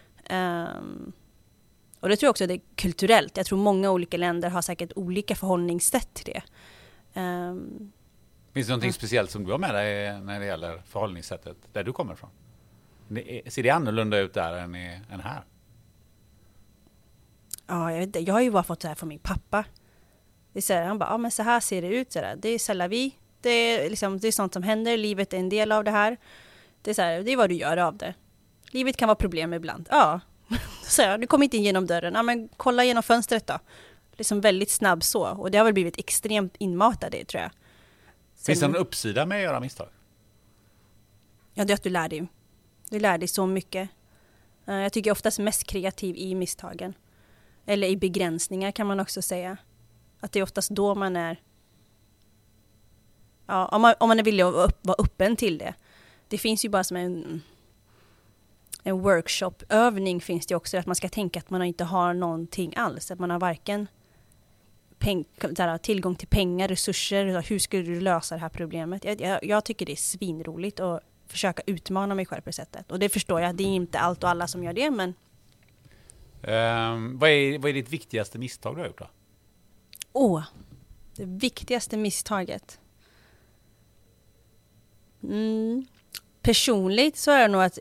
Och det tror jag också det är kulturellt. Jag tror många olika länder har säkert olika förhållningssätt till det. Finns det någonting speciellt som du har med dig när det gäller förhållningssättet där du kommer ifrån? Ser det annorlunda ut där än här? Ja, jag vet inte. Jag har ju bara fått det här från min pappa. Det är så här, han bara, men så här ser det ut. Så där. Det är salavi. Det är sånt som händer. Livet är en del av det här. Det är så här, det är vad du gör av det. Livet kan vara problem ibland. Ja. Så här, du kommer inte in genom dörren. Ja, men kolla genom fönstret då. Liksom väldigt snabb så. Och det har väl blivit extremt inmatade, tror jag. Finns det en uppsida med att göra misstag? Ja, det är att du lär dig. Du lär dig så mycket. Jag tycker oftast mest kreativ i misstagen. Eller i begränsningar kan man också säga. Att det är oftast då man är... Ja, om man är villig att vara öppen till det. Det finns ju bara som en workshop-övning finns det också. Att man ska tänka att man inte har någonting alls. Att man har varken tillgång till pengar, resurser. Hur skulle du lösa det här problemet? Jag tycker det är svinroligt att försöka utmana mig själv på det sättet. Och det förstår jag. Det är inte allt och alla som gör det, men... Vad är ditt viktigaste misstag du har gjort då? Det viktigaste misstaget. Personligt så är det nog att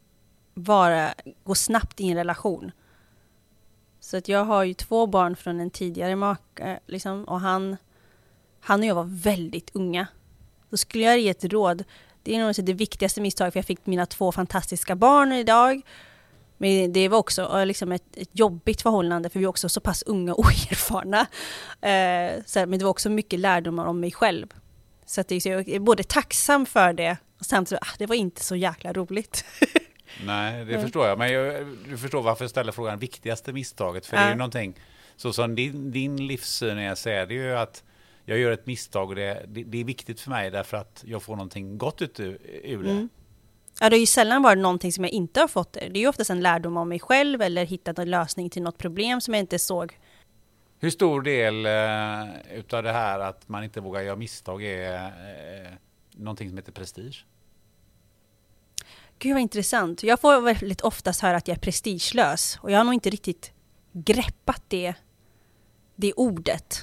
gå snabbt i en relation. Så att jag har ju 2 barn från en tidigare make liksom, och han och jag var väldigt unga. Då skulle jag ge ett råd. Det är nog det viktigaste misstaget, för jag fick mina 2 fantastiska barn idag. Men det var också liksom ett jobbigt förhållande, för vi var också så pass unga och oerfarna. Men det var också mycket lärdomar om mig själv. Så att jag är både tacksam för det och samtidigt, det var inte så jäkla roligt. Nej, det förstår jag. Men du förstår varför jag ställer frågan viktigaste misstaget. För det är ju någonting, så som din livssyn är, så är det ju att jag gör ett misstag och det är viktigt för mig därför att jag får någonting gott ur det. Ja, det har ju sällan varit någonting som jag inte har fått. Det är ju oftast en lärdom om mig själv eller hittat en lösning till något problem som jag inte såg. Hur stor del utav det här att man inte vågar göra misstag är någonting som heter prestige? Gud vad intressant. Jag får väldigt oftast höra att jag är prestigelös. Och jag har nog inte riktigt greppat det ordet.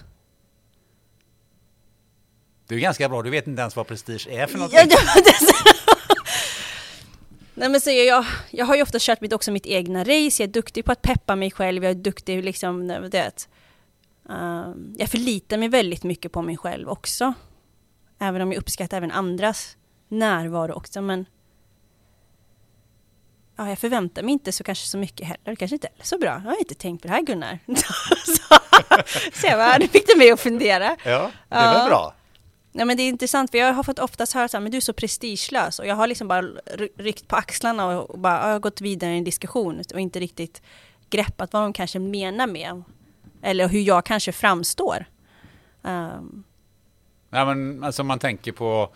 Du är ganska bra, du vet inte ens vad prestige är för något. Nej, men så jag har ju ofta kört mitt egna race. Jag är duktig på att peppa mig själv. Jag är duktig liksom, jag förlitar mig väldigt mycket på mig själv också. Även om jag uppskattar även andras närvaro också. Men jag förväntar mig inte så mycket heller. Det kanske inte är så bra. Jag har inte tänkt på det här, Gunnar. Så nu fick du mig att fundera. Ja, det var bra. Ja, men det är intressant, för jag har fått oftast höra så här, men du är så prestigelös. Och jag har liksom bara ryckt på axlarna och bara jag har gått vidare i en diskussion och inte riktigt greppat vad de kanske menar med. Eller hur jag kanske framstår. Ja, men alltså man tänker på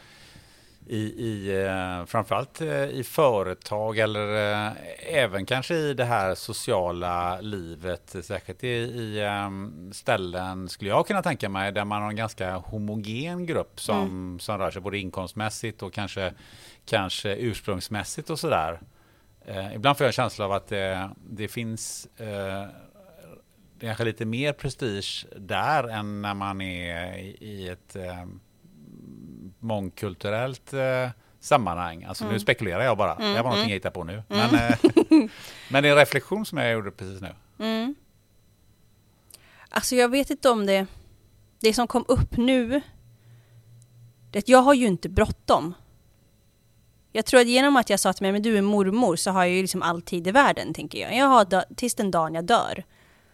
framförallt i företag eller även kanske i det här sociala livet, säkert i ställen skulle jag kunna tänka mig där man har en ganska homogen grupp som rör sig både inkomstmässigt och kanske ursprungsmässigt och sådär. Ibland får jag en känsla av att det finns kanske lite mer prestige där än när man är i ett mångkulturellt sammanhang. Alltså nu spekulerar jag bara. Det var någonting jag hittar på nu. Men det är en reflektion som jag gjorde precis nu. Alltså jag vet inte om det som kom upp nu, det att jag har ju inte bråttom. Jag tror att genom att jag sa till mig, men du är mormor, så har jag ju liksom all tid i världen, tänker jag. Jag har tills den dagen jag dör.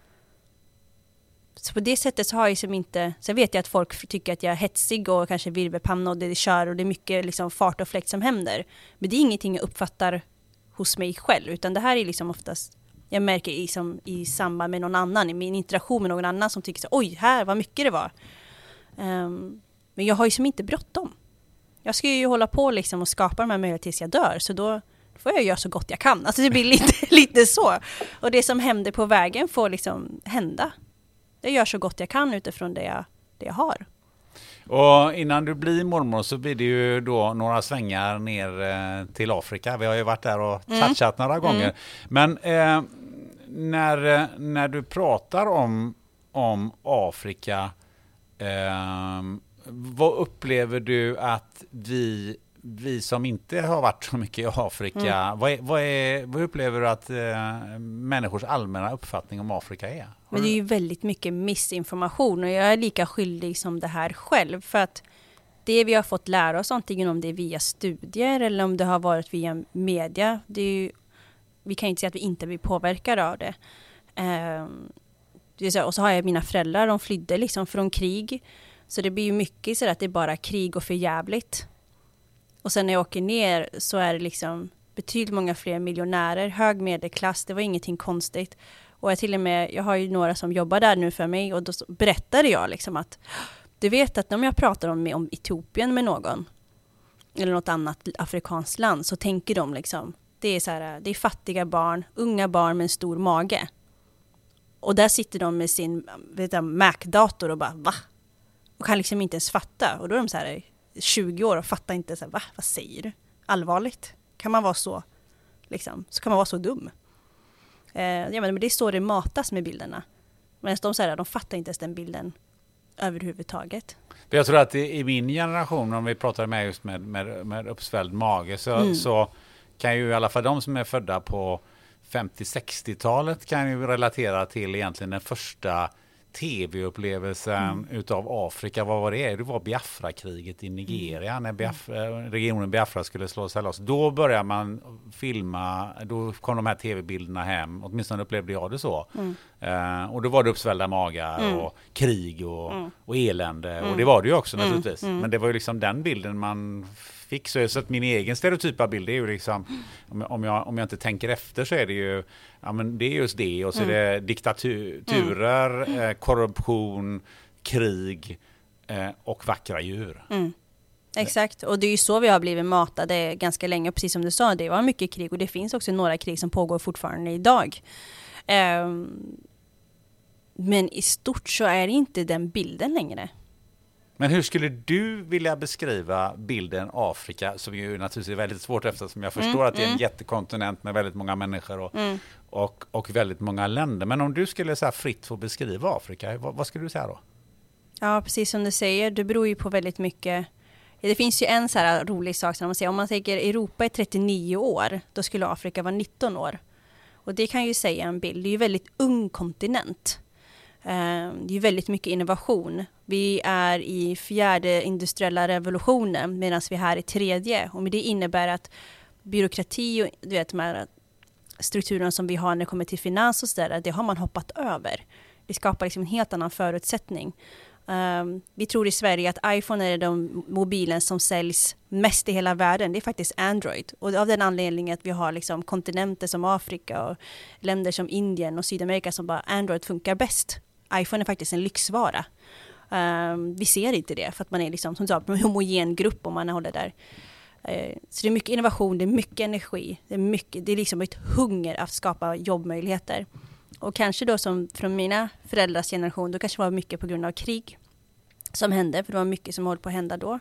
Så på det sättet så har jag liksom inte... Så vet jag att folk tycker att jag är hetsig och kanske virvelpanna och det kör och det är mycket liksom fart och fläkt som händer. Men det är ingenting jag uppfattar hos mig själv, utan det här är liksom oftast... Jag märker i samband med någon annan, i min interaktion med någon annan som tycker så, oj, här, vad mycket det var. Men jag har ju som inte bråttom. Jag ska ju hålla på liksom och skapa de här möjligheterna tills jag dör, så då får jag göra så gott jag kan. Alltså det blir lite så. Och det som händer på vägen får liksom hända. Jag gör så gott jag kan utifrån det jag har. Och innan du blir mormor så blir det ju då några svängar ner till Afrika. Vi har ju varit där och touchat några gånger. Men när du pratar om Afrika, vad upplever du att vi som inte har varit så mycket i Afrika, vad upplever du att människors allmänna uppfattning om Afrika är? Men det är ju väldigt mycket missinformation och jag är lika skyldig som det här själv, för att det vi har fått lära oss, antingen om det är via studier eller om det har varit via media, det är ju, vi kan ju inte säga att vi inte blir påverkade av det. Och så har jag mina föräldrar, de flydde liksom från krig, så det blir ju mycket så att det är bara krig och förjävligt. Och sen när jag åker ner så är det liksom betydligt många fler miljonärer, hög medelklass, det var ingenting konstigt. Och jag har ju några som jobbar där nu för mig, och då berättade jag liksom att du vet att om jag pratar om Etiopien med någon eller något annat afrikanskt land, så tänker de liksom, det är så här, det är fattiga barn, unga barn med en stor mage. Och där sitter de med sin Mac-dator och bara, va? Och kan liksom inte ens fatta. Och då är de så här 20 år och fattar inte så här, va? Vad säger du? Allvarligt? Kan man vara så liksom, så kan man vara så dum? Men det är så det matas med bilderna. Men de fattar inte ens den bilden överhuvudtaget. Jag tror att i min generation, om vi pratar med just med uppsvälld mage, så kan ju i alla fall de som är födda på 50-60-talet kan ju relatera till egentligen den första tv-upplevelsen utav Afrika, vad var det? Det var Biafra-kriget i Nigeria, när regionen Biafra skulle slå sig loss. Då började man filma, då kom de här tv-bilderna hem, åtminstone upplevde jag det så. Och då var det uppsvällda magar och krig och elände, och det var det ju också naturligtvis. Men det var ju liksom den bilden man fick, så att min egen stereotypa bild är ju liksom, om jag inte tänker efter, så är det ju, ja men det är just det, och så är det diktaturer, korruption, krig och vackra djur. Exakt, och det är ju så vi har blivit matade ganska länge, precis som du sa, det var mycket krig, och det finns också några krig som pågår fortfarande idag. Men i stort så är det inte den bilden längre. Men hur skulle du vilja beskriva bilden Afrika, som ju naturligtvis är väldigt svårt, eftersom jag förstår att det är en jättekontinent med väldigt många människor och väldigt många länder. Men om du skulle så här fritt få beskriva Afrika, vad skulle du säga då? Ja, precis som du säger, det beror ju på väldigt mycket. Det finns ju en så här rolig sak, som man säger, om man tänker Europa är 39 år, då skulle Afrika vara 19 år. Och det kan ju säga en bild, det är ju en väldigt ung kontinent. Det är väldigt mycket innovation. Vi är i 4:e industriella revolutionen, medan vi är här i 3:e. Och det innebär att byråkrati och du vet, de här strukturerna som vi har när det kommer till finans och sådär, det har man hoppat över. Det skapar liksom en helt annan förutsättning. Vi tror i Sverige att iPhone är den mobilen som säljs mest i hela världen. Det är faktiskt Android. Och av den anledningen att vi har liksom kontinenter som Afrika och länder som Indien och Sydamerika som bara Android funkar bäst. iPhone är faktiskt en lyxvara. Vi ser inte det, för att man är liksom, som sagt, en homogen grupp om man håller där. Så det är mycket innovation, det är mycket energi. Det är liksom ett hunger att skapa jobbmöjligheter. Och kanske då som från mina föräldrars generation, då kanske var mycket på grund av krig som hände, för det var mycket som höll på att hända då.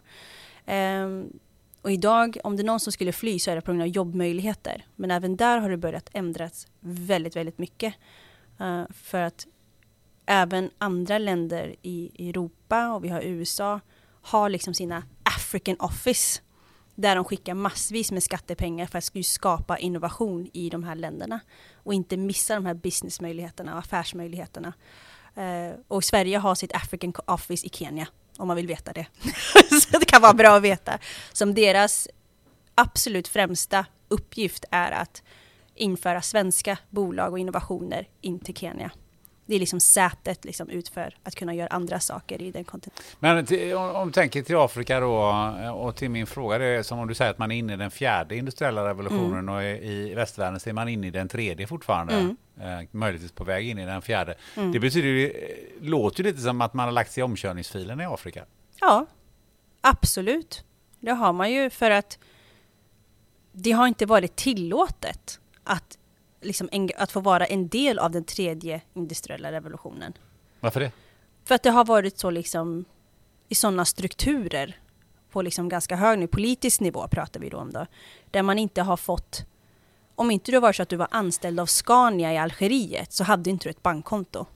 Och idag, om det är någon som skulle fly, så är det på grund av jobbmöjligheter. Men även där har det börjat ändras väldigt, väldigt mycket. För att även andra länder i Europa, och vi har USA, har liksom sina African Office, där de skickar massvis med skattepengar för att skapa innovation i de här länderna och inte missa de här businessmöjligheterna och affärsmöjligheterna. Och Sverige har sitt African Office i Kenya, om man vill veta det. Så det kan vara bra att veta. Som deras absolut främsta uppgift är att införa svenska bolag och innovationer in till Kenya. Det är liksom sätet liksom utför att kunna göra andra saker i den kontinenten. Men om du tänker till Afrika då, och till min fråga, det är som om du säger att man är inne i den 4:e industriella revolutionen och i västvärlden så är man inne i den 3:e fortfarande. Möjligtvis på väg in i den 4:e. Det betyder ju, låter ju lite som att man har lagt sig i omkörningsfilen i Afrika. Ja, absolut. Det har man ju, för att det har inte varit tillåtet att liksom att få vara en del av den 3:e industriella revolutionen. Varför det? För att det har varit så liksom i sådana strukturer på liksom ganska hög politisk nivå pratar vi då om då, där man inte har fått, om inte det var så att du var anställd av Scania i Algeriet, så hade inte du ett bankkonto.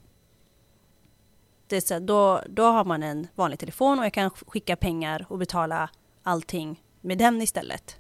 Det är så, då har man en vanlig telefon och jag kan skicka pengar och betala allting med den istället.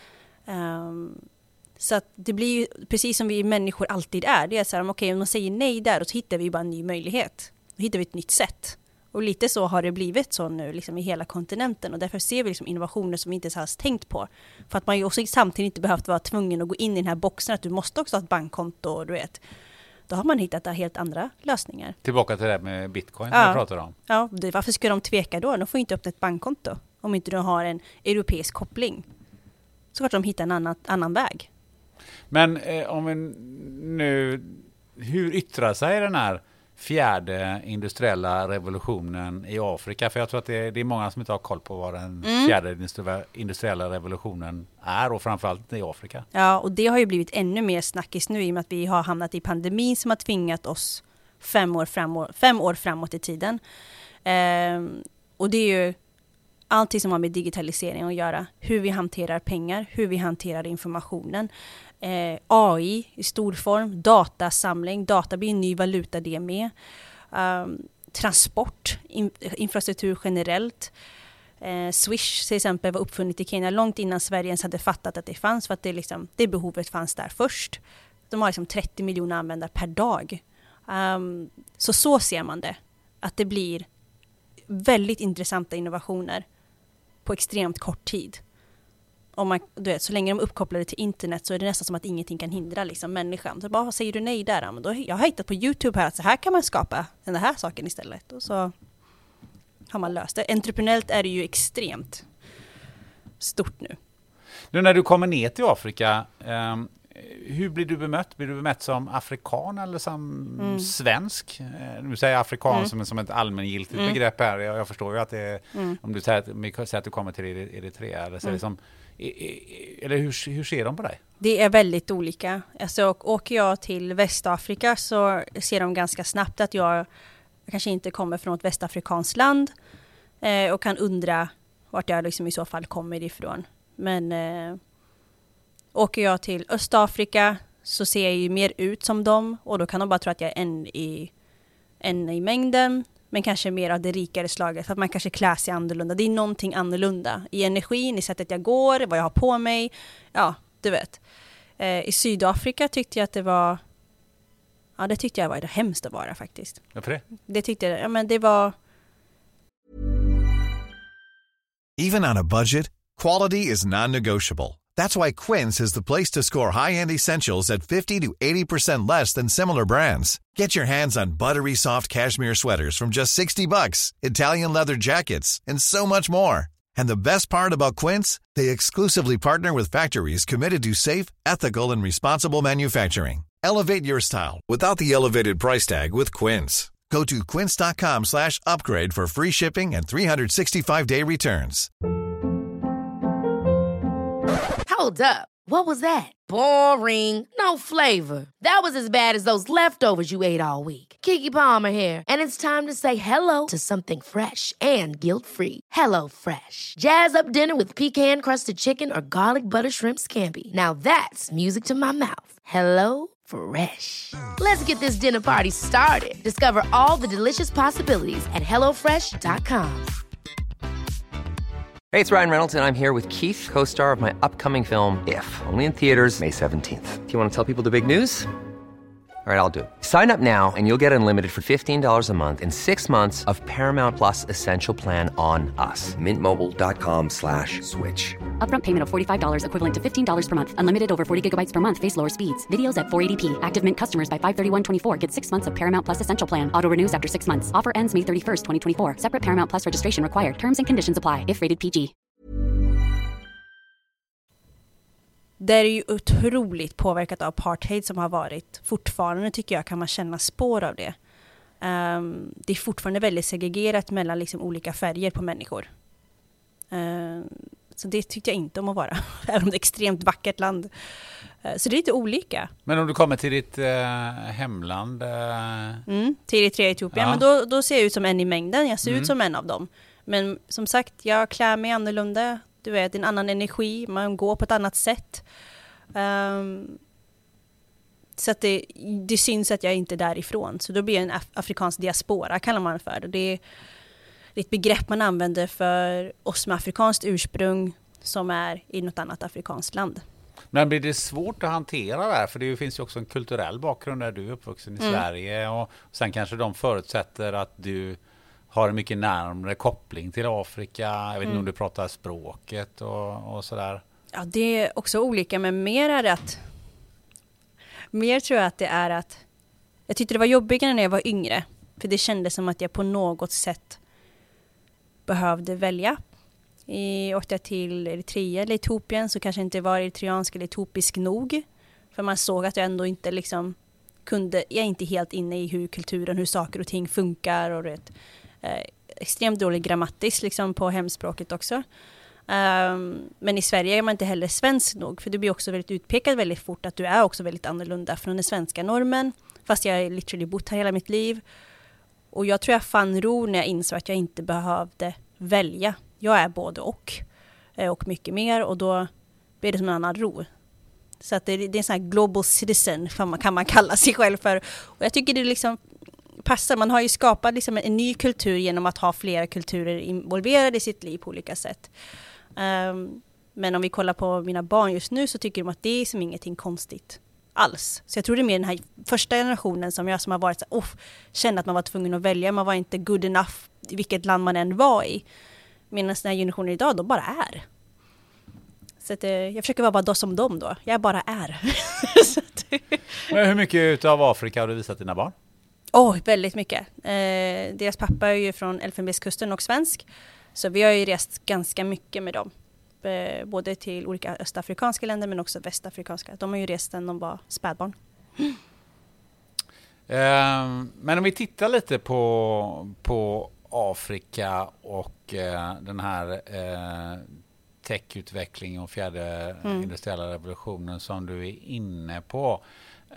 Så att det blir ju precis som vi människor alltid är. Det är så här, okej, om man säger nej där, och så hittar vi bara en ny möjlighet. Då hittar vi ett nytt sätt. Och lite så har det blivit så nu liksom i hela kontinenten. Och därför ser vi liksom innovationer som vi inte ens tänkt på. För att man ju också samtidigt inte behövt vara tvungen att gå in i den här boxen att du måste också ha ett bankkonto, och du vet. Då har man hittat helt andra lösningar. Tillbaka till det med Bitcoin som vi pratar om. Ja, varför ska de tveka då? De får inte öppna ett bankkonto om inte de har en europeisk koppling. Så klart de hittar en annan väg. Men om vi nu, hur yttrar sig den här 4:e industriella revolutionen i Afrika? För jag tror att det är många som inte har koll på vad den 4:e industriella revolutionen är, och framförallt i Afrika. Ja, och det har ju blivit ännu mer snackis nu i och med att vi har hamnat i pandemin som har tvingat oss 5 år framåt i tiden. Och det är ju allting som har med digitalisering att göra. Hur vi hanterar pengar, hur vi hanterar informationen. AI i stor form, datasamling, data blir en ny valuta det med. Transport, infrastruktur generellt. Swish till exempel var uppfunnet i Kenya långt innan Sverige ens hade fattat att det fanns, för att det behovet fanns där först. De har liksom 30 miljoner användare per dag. Så ser man det. att det blir väldigt intressanta innovationer på extremt kort tid. Om man, du vet, så länge de är uppkopplade till internet så är det nästan som att ingenting kan hindra liksom, människan. Så bara, säger du nej där? Men då, jag har hittat på YouTube här att så här kan man skapa den här saken istället. Och så har man löst det. Entreprenöriellt är det ju extremt stort nu. Nu när du kommer ner till Afrika, hur blir du bemött? Blir du bemött som afrikan eller som svensk? Nu säger jag afrikan som ett allmängiltigt begrepp här. Jag förstår ju att det är, om du säger att du kommer till Eritrea, eller så är det som, eller hur ser de på dig? Det är väldigt olika. Alltså, åker jag till Västafrika så ser de ganska snabbt att jag kanske inte kommer från ett västafrikanskt land och kan undra vart jag liksom i så fall kommer ifrån. Men åker jag till Östafrika så ser jag ju mer ut som dem och då kan de bara tro att jag är en i mängden, men kanske mer av det rikare slaget för att man kanske klär sig annorlunda. Det är någonting annorlunda i energin, i sättet jag går, vad jag har på mig. Ja, du vet. I Sydafrika tyckte jag att det var hemskt att vara faktiskt. Varför det? Det tyckte jag, men det var... Even on a budget, quality is non-negotiable. That's why Quince is the place to score high-end essentials at 50 to 80% less than similar brands. Get your hands on buttery soft cashmere sweaters from just $60, Italian leather jackets, and so much more. And the best part about Quince, they exclusively partner with factories committed to safe, ethical, and responsible manufacturing. Elevate your style without the elevated price tag with Quince. Go to quince.com/upgrade for free shipping and 365-day returns. Hold up. What was that? Boring. No flavor. That was as bad as those leftovers you ate all week. Keke Palmer here, and it's time to say hello to something fresh and guilt-free. Hello Fresh. Jazz up dinner with pecan-crusted chicken or garlic butter shrimp scampi. Now that's music to my mouth. Hello Fresh. Let's get this dinner party started. Discover all the delicious possibilities at hellofresh.com. Hey, it's Ryan Reynolds, and I'm here with Keith, co-star of my upcoming film, If, only in theaters May 17th. Do you want to tell people the big news? All right, I'll do it. Sign up now and you'll get unlimited for $15 a month and 6 months of Paramount Plus Essential Plan on us. MintMobile.com/switch. Upfront payment of $45 equivalent to $15 per month. Unlimited over 40 gigabytes per month. Face lower speeds. Videos at 480p. Active Mint customers by 531.24 get 6 months of Paramount Plus Essential Plan. Auto renews after 6 months. Offer ends May 31st, 2024. Separate Paramount Plus registration required. Terms and conditions apply if rated PG. Det är ju otroligt påverkat av apartheid som har varit. Fortfarande tycker jag kan man känna spår av det. Det är fortfarande väldigt segregerat mellan liksom olika färger på människor. Så det tyckte jag inte om att vara. Även om det är ett extremt vackert land. Så det är lite olika. Men om du kommer till ditt hemland? Till Eritrea, Etiopien. Ja. Men då ser jag ut som en i mängden. Jag ser ut som en av dem. Men som sagt, jag klär mig annorlunda. Du vet, en annan energi. Man går på ett annat sätt. Så att det syns att jag inte är därifrån. Så då blir jag en afrikansk diaspora, kallar man för. Det är ett begrepp man använder för oss med afrikanskt ursprung som är i något annat afrikanskt land. Men blir det svårt att hantera det här? För det finns ju också en kulturell bakgrund där du är uppvuxen i Sverige. Och sen kanske de förutsätter att du har en mycket närmare koppling till Afrika. Jag vet inte om du pratar språket och sådär. Ja, det är också olika, men mer tror jag att det är att jag tyckte det var jobbigare när jag var yngre. För det kändes som att jag på något sätt behövde välja. Åkte jag till Eritrea eller Etiopien så kanske inte var eritreansk eller etiopisk nog. För man såg att jag ändå inte liksom jag är inte helt inne i hur saker och ting funkar och extremt dålig grammatisk liksom på hemspråket också. Men i Sverige är man inte heller svensk nog, för du blir också väldigt utpekad väldigt fort att du är också väldigt annorlunda från den svenska normen, fast jag har literally bott här hela mitt liv. Och jag tror jag fann ro när jag insåg att jag inte behövde välja. Jag är både och mycket mer, och då blir det som en annan ro. Så att det är en sån här global citizen kan man kalla sig själv för. Och jag tycker det liksom passar. Man har ju skapat liksom en ny kultur genom att ha flera kulturer involverade i sitt liv på olika sätt. Men om vi kollar på mina barn just nu så tycker de att det är som ingenting konstigt alls. Så jag tror det är mer den här första generationen som har varit så kände att man var tvungen att välja. Man var inte good enough i vilket land man än var i. Medan den här generationen idag, de bara är. Så att, jag försöker vara bara som dem då. Jag bara är. Men hur mycket av Afrika har du visat dina barn? Väldigt mycket. Deras pappa är ju från Elfenbenskusten och svensk. Så vi har ju rest ganska mycket med dem. Både till olika östafrikanska länder men också västafrikanska. De har ju rest sedan de var spädbarn. Men om vi tittar lite på Afrika och den här techutvecklingen och fjärde industriella revolutionen som du är inne på.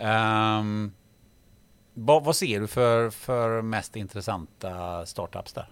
Vad ser du för mest intressanta startups där?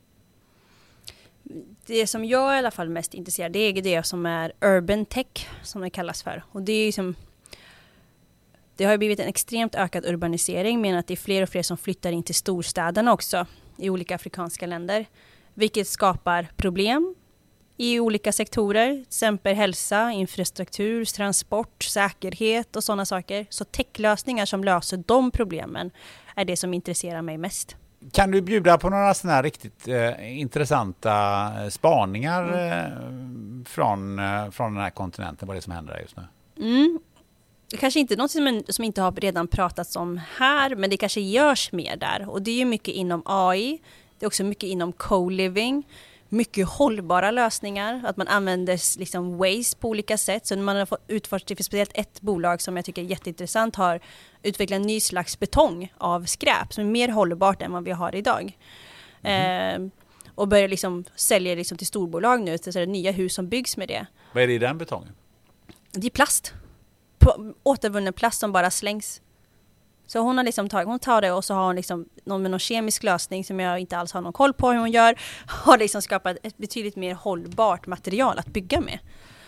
Det som jag är i alla fall mest intresserad det är det som är urban tech som det kallas för. Och det är som det har blivit en extremt ökad urbanisering men att det är fler och fler som flyttar in till storstäderna också i olika afrikanska länder. Vilket skapar problem i olika sektorer, till exempel hälsa, infrastruktur, transport, säkerhet och sådana saker. Så techlösningar som löser de problemen är det som intresserar mig mest. Kan du bjuda på några sådana här riktigt intressanta spaningar från den här kontinenten, vad det är som händer där just nu? Kanske inte något som inte har redan pratats om här, men det kanske görs mer där. Och det är ju mycket inom AI, det är också mycket inom co-living, mycket hållbara lösningar, att man använder liksom waste på olika sätt. Så man har fått utforskat till speciellt ett bolag som jag tycker är jätteintressant har utvecklat en ny slags betong av skräp som är mer hållbart än vad vi har idag. Och börjar liksom sälja liksom till storbolag nu, så är det nya hus som byggs med det. Vad är det i den betongen? Det är plast. Återvunnen plast som bara slängs. Så hon har liksom hon tar det och så har hon liksom någon kemisk lösning som jag inte alls har någon koll på hur hon gör. Har liksom skapat ett betydligt mer hållbart material att bygga med.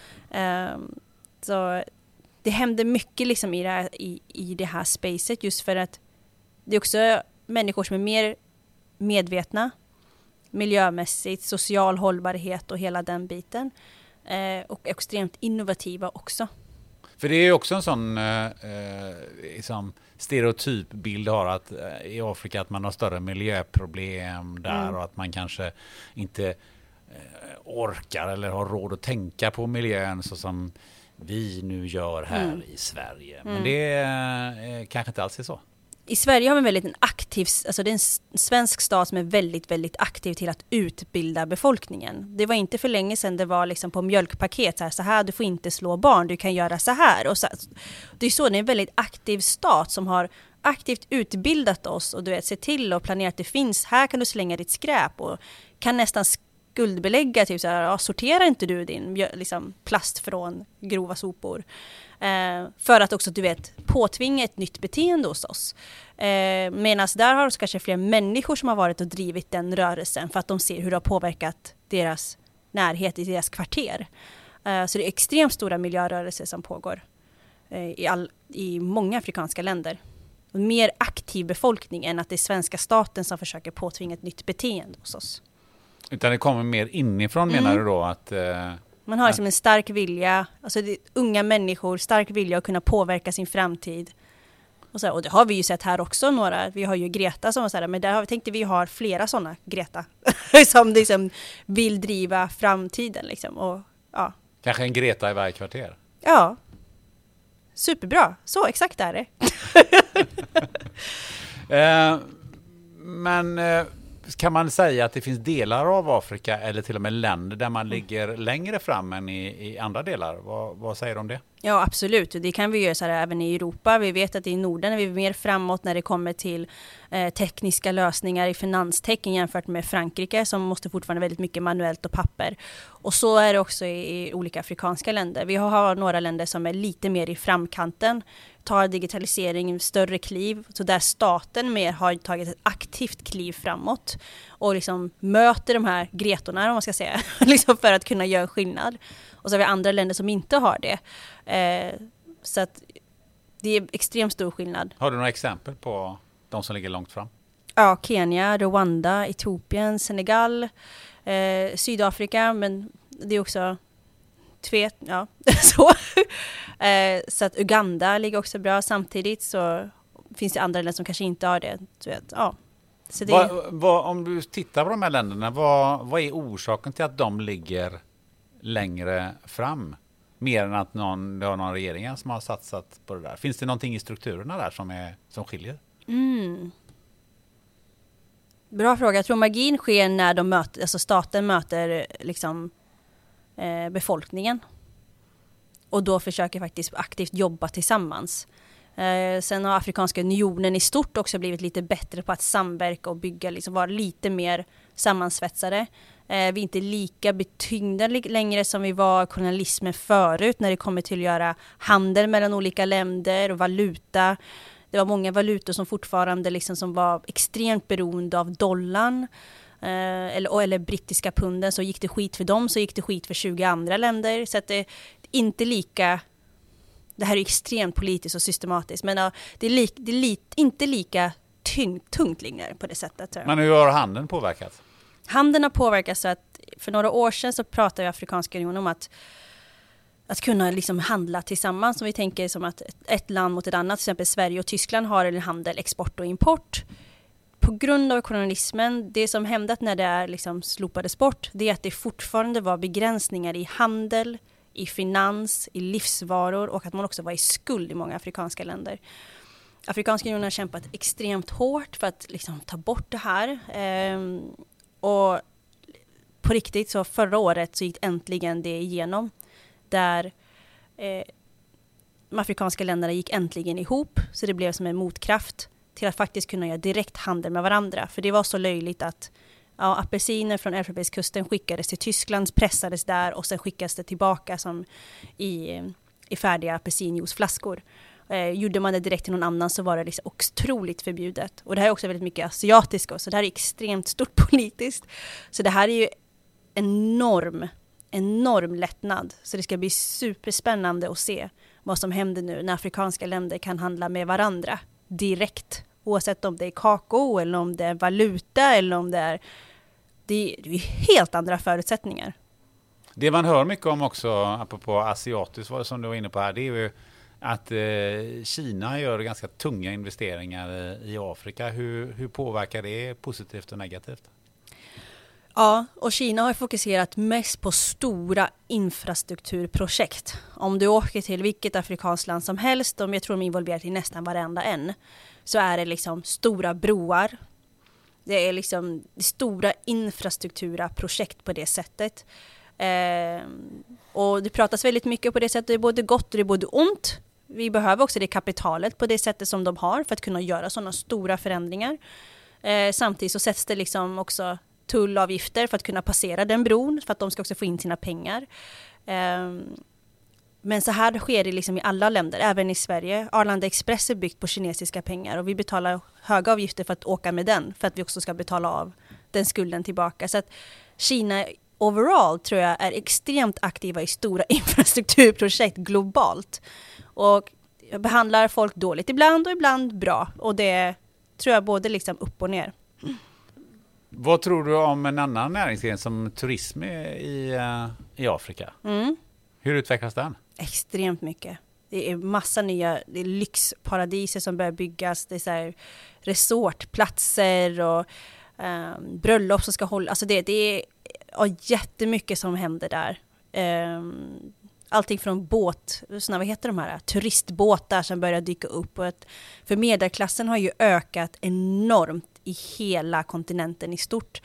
Så det händer mycket liksom i det här spacet just för att det är också människor som är mer medvetna miljömässigt, social hållbarhet och hela den biten. Och extremt innovativa också. För det är ju också en sån liksom stereotyp bild har att i Afrika att man har större miljöproblem där och att man kanske inte orkar eller har råd att tänka på miljön så som vi nu gör här i Sverige. Men det kanske inte alls är så. I Sverige har vi väldigt alltså det är en svensk stat som är väldigt, väldigt aktiv till att utbilda befolkningen. Det var inte för länge sedan det var liksom på mjölkpaket så här du får inte slå barn, du kan göra så här. Och så, det är så, det är en väldigt aktiv stat som har aktivt utbildat oss och du vet, se till och planera att det finns, här kan du slänga ditt skräp och kan nästan skuldbelägga, typ så här, sorterar inte du din liksom, plast från grova sopor? För att också, du vet, påtvinga ett nytt beteende hos oss. Medan där har det kanske fler människor som har varit och drivit den rörelsen för att de ser hur det har påverkat deras närhet i deras kvarter. Så det är extremt stora miljörörelser som pågår i många afrikanska länder. Och mer aktiv befolkning än att det är svenska staten som försöker påtvinga ett nytt beteende hos oss. Utan det kommer mer inifrån menar du då att... Man har liksom en stark vilja, alltså unga människor, stark vilja att kunna påverka sin framtid. Och det har vi ju sett här också några, vi har ju Greta som var så här, men där tänkte vi har flera sådana Greta som liksom vill driva framtiden liksom. Och, ja. Kanske en Greta i varje kvarter? Ja, superbra, så exakt är det. Men... Kan man säga att det finns delar av Afrika eller till och med länder där man ligger längre fram än i andra delar? Vad säger du om det? Ja, absolut. Det kan vi göra så här även i Europa. Vi vet att i Norden är vi mer framåt när det kommer till tekniska lösningar i finanstecken jämfört med Frankrike som måste fortfarande väldigt mycket manuellt och papper. Och så är det också i olika afrikanska länder. Vi har några länder som är lite mer i framkanten, tar digitalisering större kliv, så där staten mer har tagit ett aktivt kliv framåt och liksom möter de här gretorna om man ska säga, liksom för att kunna göra skillnad. Och så har vi andra länder som inte har det. Så att det är extremt stor skillnad. Har du några exempel på de som ligger långt fram? Ja, Kenya, Rwanda, Etiopien, Senegal, Sydafrika, men det är också så. Så att Uganda ligger också bra. Samtidigt så finns det andra länder som kanske inte har det. Så att, ja. Så det... Om du tittar på de här länderna, vad är orsaken till att de ligger längre fram? Mer än att det har någon regering som har satsat på det där. Finns det någonting i strukturerna där som skiljer? Bra fråga. Jag tror magin sker när de möter, alltså staten möter liksom, befolkningen. Och då försöker faktiskt aktivt jobba tillsammans. Sen har Afrikanska unionen i stort också blivit lite bättre på att samverka och bygga, liksom vara lite mer sammansvetsade. Vi är inte lika betyngda längre som vi var kolonialismen förut när det kommer till att göra handel mellan olika länder och valuta. Det var många valutor som fortfarande liksom som var extremt beroende av dollarn eller brittiska punden. Så gick det skit för dem så gick det skit för 20 andra länder. Så att det är inte lika... Det här är extremt politiskt och systematiskt. Men det är inte lika tungt längre på det sättet. Tror jag. Men hur har handeln påverkat? Handeln har påverkat så att för några år sedan så pratade Afrikanska unionen om att kunna liksom handla tillsammans. Om vi tänker som att ett land mot ett annat, till exempel Sverige och Tyskland har en handel, export och import. På grund av kolonialismen, det som hände när det är liksom slopades bort, det är att det fortfarande var begränsningar i handel, i finans, i livsvaror och att man också var i skuld i många afrikanska länder. Afrikanska unionen har kämpat extremt hårt för att liksom ta bort det här. Och på riktigt så förra året så gick äntligen det igenom. Där de afrikanska länderna gick äntligen ihop. Så det blev som en motkraft till att faktiskt kunna göra direkt handel med varandra. För det var så löjligt att apelsiner från Elfenbenskusten skickades till Tyskland, pressades där och sen skickades det tillbaka som i färdiga apelsinjuiceflaskor. Gjorde man det direkt till någon annan så var det liksom otroligt förbjudet. Och det här är också väldigt mycket asiatiska, så det här är extremt stort politiskt. Så det här är ju enorm lättnad. Så det ska bli superspännande att se vad som händer nu när afrikanska länder kan handla med varandra direkt. Oavsett om det är kakao eller om det är valuta eller om det är helt andra förutsättningar. Det man hör mycket om också, apropå asiatiskt som du var inne på här, det är ju att Kina gör ganska tunga investeringar i Afrika. Hur påverkar det positivt och negativt? Ja, och Kina har fokuserat mest på stora infrastrukturprojekt. Om du åker till vilket afrikanskt land som helst, jag tror de är involverade i nästan varenda en, så är det liksom stora broar. Det är liksom stora infrastrukturprojekt på det sättet. Och det pratas väldigt mycket på det sättet. Det är både gott och det är både ont. Vi behöver också det kapitalet på det sättet som de har för att kunna göra sådana stora förändringar. Samtidigt så sätts det liksom också tullavgifter för att kunna passera den bron, för att de ska också få in sina pengar. Men så här sker det liksom i alla länder, även i Sverige. Arlanda Express är byggt på kinesiska pengar och vi betalar höga avgifter för att åka med den, för att vi också ska betala av den skulden tillbaka. Så att Kina overall tror jag är extremt aktiva i stora infrastrukturprojekt globalt. Och behandlar folk dåligt ibland och ibland bra. Och det tror jag både liksom upp och ner. Vad tror du om en annan näringsgren som turism i Afrika? Hur utvecklas den? Extremt mycket. Det är massa nya lyxparadiser som börjar byggas. Det är så här resortplatser och bröllop som ska hålla. Alltså det är jättemycket som händer där. Allting från vad heter de här? Turistbåtar som börjar dyka upp. Och för medelklassen har ju ökat enormt i hela kontinenten i stort.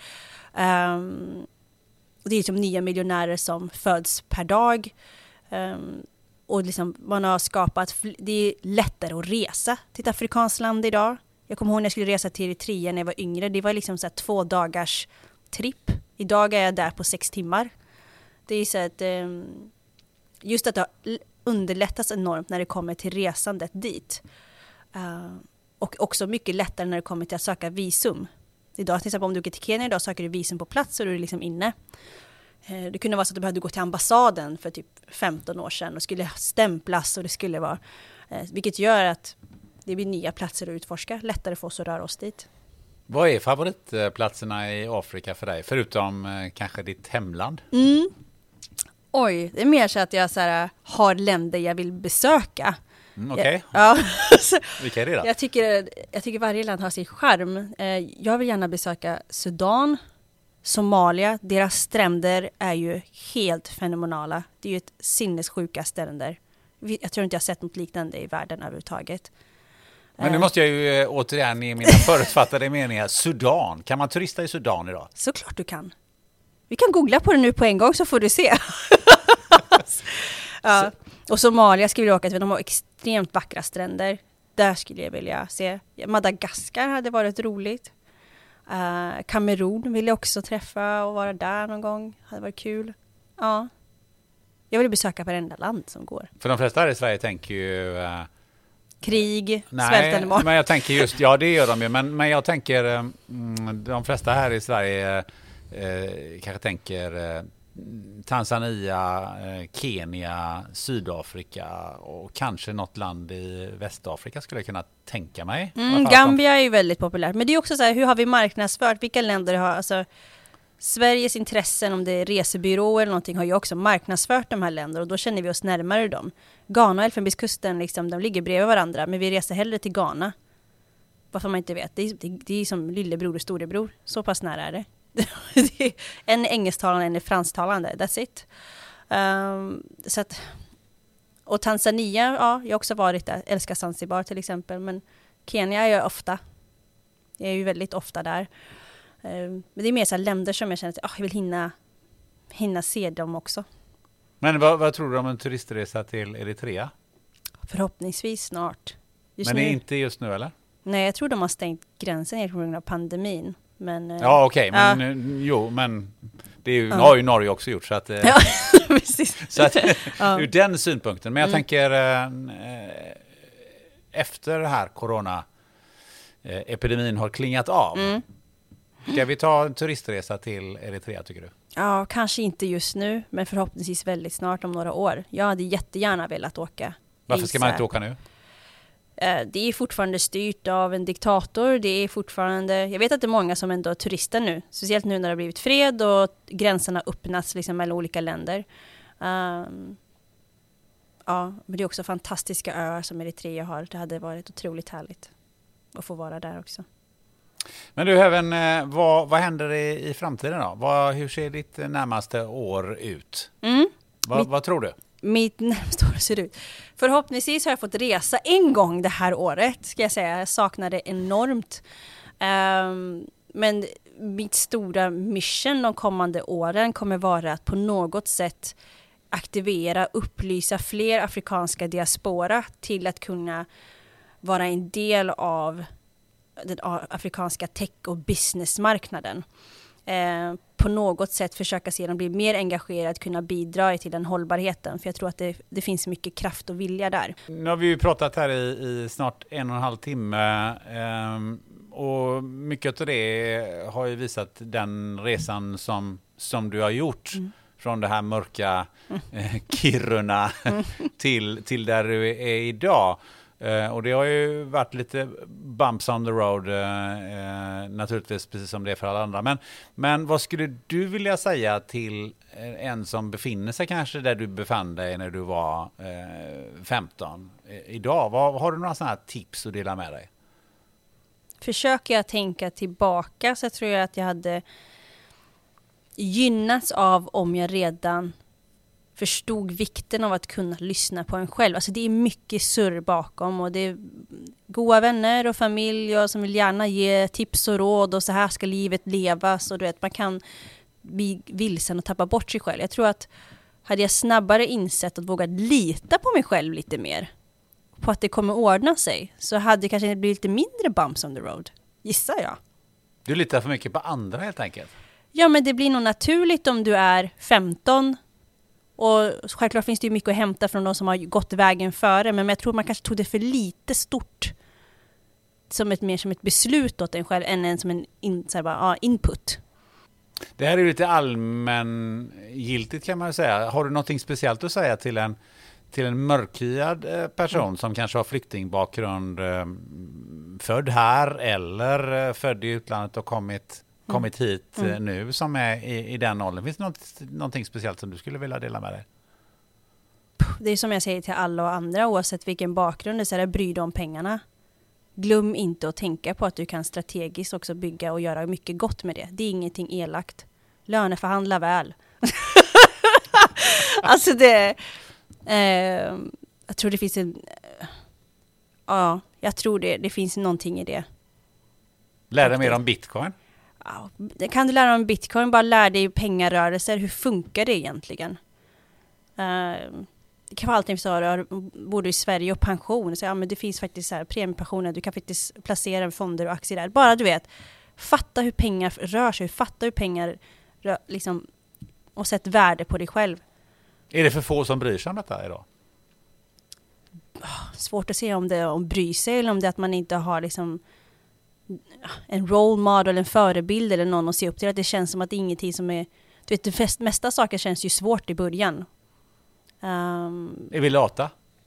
Och det är liksom nya miljonärer som föds per dag. Och liksom man har skapat, det är lättare att resa till ett afrikanskt land idag. Jag kommer ihåg när jag skulle resa till Eritrea när jag var yngre. Det var liksom så här 2 dagars tripp. Idag är jag där på 6 timmar. Det är så att just att det har underlättats enormt när det kommer till resandet dit. Och också mycket lättare när det kommer till att söka visum. Idag till exempel om du åker till Kenya idag söker du visum på plats och du är liksom inne. Det kunde vara så att du behövde gå till ambassaden för typ 15 år sedan och skulle stämplas och det skulle vara, vilket gör att det blir nya platser att utforska, lättare för oss att röra oss dit. Vad är favoritplatserna i Afrika för dig, förutom kanske ditt hemland? Oj, det är mer så att jag så här, har länder jag vill besöka. Okej. Ja. Vilka är det då? Jag tycker varje land har sin charm. Jag vill gärna besöka Sudan, Somalia. Deras stränder är ju helt fenomenala. Det är ju ett sinnessjuka stränder. Jag tror inte jag har sett något liknande i världen överhuvudtaget. Men nu måste jag ju återigen i mina förutfattade meningar. Sudan. Kan man turista i Sudan idag? Såklart du kan. Vi kan googla på det nu på en gång så får du se. Ja. Och Somalia skulle jag åka till. De har extremt vackra stränder. Där skulle jag vilja se. Madagaskar hade varit roligt. Kamerun vill jag också träffa och vara där någon gång. Hade varit kul. Ja. Jag vill besöka varenda land som går. För de flesta här i Sverige tänker ju... Krig, svältande barn. Men jag tänker just, ja det gör de ju, men jag tänker de flesta här i Sverige kanske tänker Tanzania, Kenya, Sydafrika och kanske något land i Västafrika skulle jag kunna tänka mig. Gambia är ju väldigt populärt, men det är också så här, hur har vi marknadsfört, vilka länder har, alltså Sveriges intressen, om det är resebyrå eller någonting, har ju också marknadsfört de här länderna och då känner vi oss närmare dem. Ghana och Elfenbenskusten, liksom, de ligger bredvid varandra, men vi reser hellre till Ghana. Varför man inte vet. Det är som lillebror och storebror. Så pass nära är det. Det är en engelsktalande, en är fransktalande. That's it. Så att, och Tanzania, ja, jag har också varit där. Älskar Zanzibar till exempel, men Kenya är jag ofta. Jag är ju väldigt ofta där. Men det är mer så här länder som jag känner att jag vill hinna se dem också. Men vad tror du om en turistresa till Eritrea? Förhoppningsvis snart. Men inte just nu, eller? Nej, jag tror de har stängt gränsen på grund av pandemin. Men, ja, okej. Men jo, men det är ju, har ju Norge också gjort. Så att, ja, precis. Så att, ur den synpunkten. Men jag tänker efter det här corona-epidemin har klingat av. Ska vi ta en turistresa till Eritrea, tycker du? Ja, kanske inte just nu, men förhoppningsvis väldigt snart om några år. Jag hade jättegärna velat åka. Varför ska man inte åka nu? Det är fortfarande styrt av en diktator. Det är fortfarande, jag vet att det är många som ändå är turister nu. Speciellt nu när det har blivit fred och gränserna öppnats liksom mellan olika länder. Ja, men det är också fantastiska öar som Eritrea har. Det hade varit otroligt härligt att få vara där också. Men du, även vad händer i framtiden då? Hur ser ditt närmaste år ut? Vad tror du? Mitt närmaste år ser ut. Förhoppningsvis har jag fått resa en gång det här året, ska jag säga. Jag saknar det enormt. Men mitt stora mission de kommande åren kommer vara att på något sätt aktivera, upplysa fler afrikanska diaspora till att kunna vara en del av den afrikanska tech- och businessmarknaden. På något sätt försöka se dem bli mer engagerade, kunna bidra till den hållbarheten. För jag tror att det finns mycket kraft och vilja där. Nu har vi ju pratat här i snart 1,5 timme. Och mycket av det har ju visat den resan som du har gjort. Från det här mörka Kiruna till där du är idag. Och det har ju varit lite bumps on the road naturligtvis, precis som det är för alla andra. Men vad skulle du vilja säga till en som befinner sig kanske där du befann dig när du var 15 idag? Har du några sådana här tips att dela med dig? Försöker jag tänka tillbaka så tror jag att jag hade gynnats av om jag redan förstod vikten av att kunna lyssna på en själv. Alltså det är mycket surr bakom och det är goda vänner och familj och som vill gärna ge tips och råd och så här ska livet levas och du vet, man kan bli vilsen och tappa bort sig själv. Jag tror att hade jag snabbare insett och vågat lita på mig själv lite mer, på att det kommer ordna sig, så hade det kanske blivit lite mindre bumps on the road, gissar jag. Du litar för mycket på andra helt enkelt? Ja, men det blir nog naturligt om du är 15. Och självklart finns det ju mycket att hämta från de som har gått vägen före. Men jag tror man kanske tog det för lite stort. Mer som ett beslut åt en själv än som en input. Det här är ju lite allmängiltigt kan man ju säga. Har du någonting speciellt att säga till en mörkhyad person som kanske har flyktingbakgrund, född här eller född i utlandet och kommit kommit hit nu som är i den åldern? Finns det någonting speciellt som du skulle vilja dela med dig? Det är som jag säger till alla och andra, oavsett vilken bakgrund, det är så här, bry dig om pengarna. Glöm inte att tänka på att du kan strategiskt också bygga och göra mycket gott med det. Det är ingenting elakt. Löneförhandla väl. Alltså det... jag tror det finns jag tror det finns någonting i det. Lär dig mer om Bitcoin? Ja, kan du lära dig om Bitcoin? Bara lär dig pengarörelser. Hur funkar det egentligen? Det kan vara allting så både i Sverige och pension. Så, men det finns faktiskt så här, premiepensioner. Du kan faktiskt placera fonder och aktier där. Bara du vet, fatta hur pengar rör sig. Fatta hur pengar liksom, och sätt värde på dig själv. Är det för få som bryr sig om detta idag? Svårt att se om det om bryr sig eller om det att man inte har liksom en role model, en förebild eller någon att se upp till. Att det känns som att det är ingenting som är... Du vet, de mesta saker känns ju svårt i början. Är vi lata?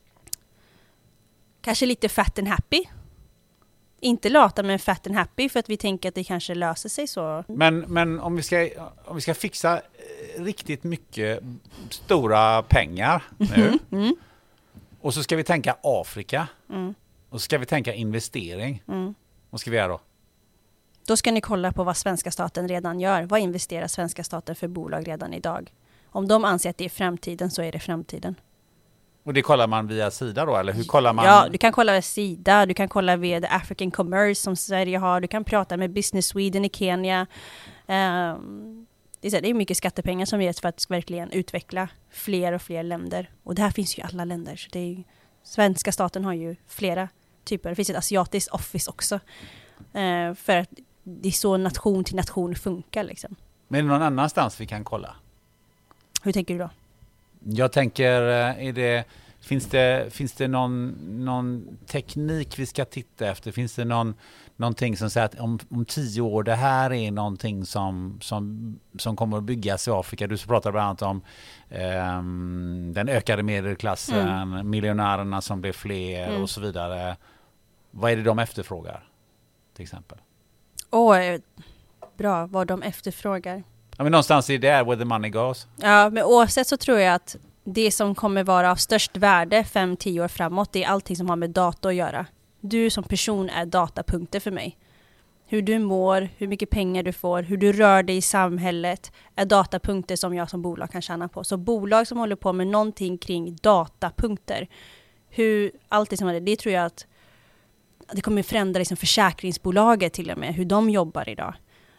Kanske lite fat and happy. Inte lata, men fat and happy för att vi tänker att det kanske löser sig så. Men om vi ska fixa riktigt mycket stora pengar nu. Och så ska vi tänka Afrika. Och så ska vi tänka investering. Vad ska vi göra då? Då ska ni kolla på vad svenska staten redan gör. Vad investerar svenska staten för bolag redan idag? Om de anser att det är framtiden så är det framtiden. Och det kollar man via Sida då? Eller hur kollar man? Ja, du kan kolla via Sida. Du kan kolla via The African Commerce som Sverige har. Du kan prata med Business Sweden i Kenya. Det är mycket skattepengar som ges för att verkligen utveckla fler och fler länder. Och det här finns ju i alla länder. Så det är svenska staten har ju flera typer. Det finns ett asiatiskt office också. För att det är så nation till nation funkar liksom. Men är det någon annanstans vi kan kolla? Hur tänker du då? Jag tänker, finns det någon teknik vi ska titta efter? Finns det någonting som säger att om 10 år det här är någonting som kommer att byggas i Afrika? Du pratar bland annat om den ökade medelklassen, miljonärerna som blir fler och så vidare. Vad är det de efterfrågar till exempel? Bra, vad de efterfrågar. Ja, men någonstans är det where the money goes. Ja, men oavsett så tror jag att det som kommer vara av störst värde 5-10 år framåt, det är allting som har med data att göra. Du som person är datapunkter för mig. Hur du mår, hur mycket pengar du får, hur du rör dig i samhället är datapunkter som jag som bolag kan tjäna på. Så bolag som håller på med någonting kring datapunkter, allt det som är det tror jag att det kommer förändra liksom försäkringsbolaget till och med, hur de jobbar idag.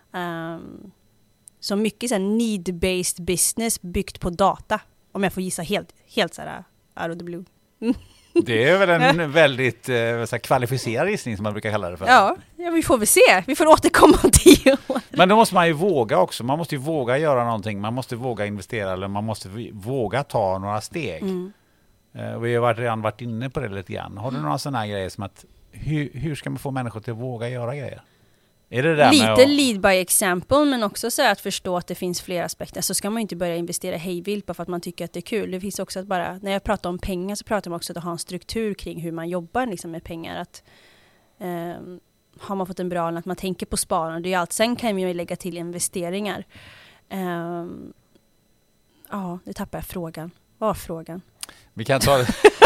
Så mycket så här need-based business byggt på data. Om jag får gissa helt så här out of the blue. Det är väl en väldigt så här, kvalificerad gissning som man brukar kalla det för. Ja, vi får väl se. Vi får återkomma om 10 år. Men då måste man ju våga också. Man måste ju våga göra någonting. Man måste våga investera eller man måste våga ta några steg. Vi har redan varit inne på det lite grann. Har du några sådana här grejer som att hur ska man få människor till att våga göra grejer? Är det där lite lead by example, men också så att förstå att det finns flera aspekter. Så ska man inte börja investera hejvilt bara för att man tycker att det är kul. Det finns också att bara, när jag pratar om pengar så pratar man också om att ha en struktur kring hur man jobbar liksom med pengar. Att har man fått en bra, att man tänker på sparande, det är allt. Sen kan vi ju lägga till investeringar. Ja, nu tappar jag frågan. Vad var frågan? Vi kan ta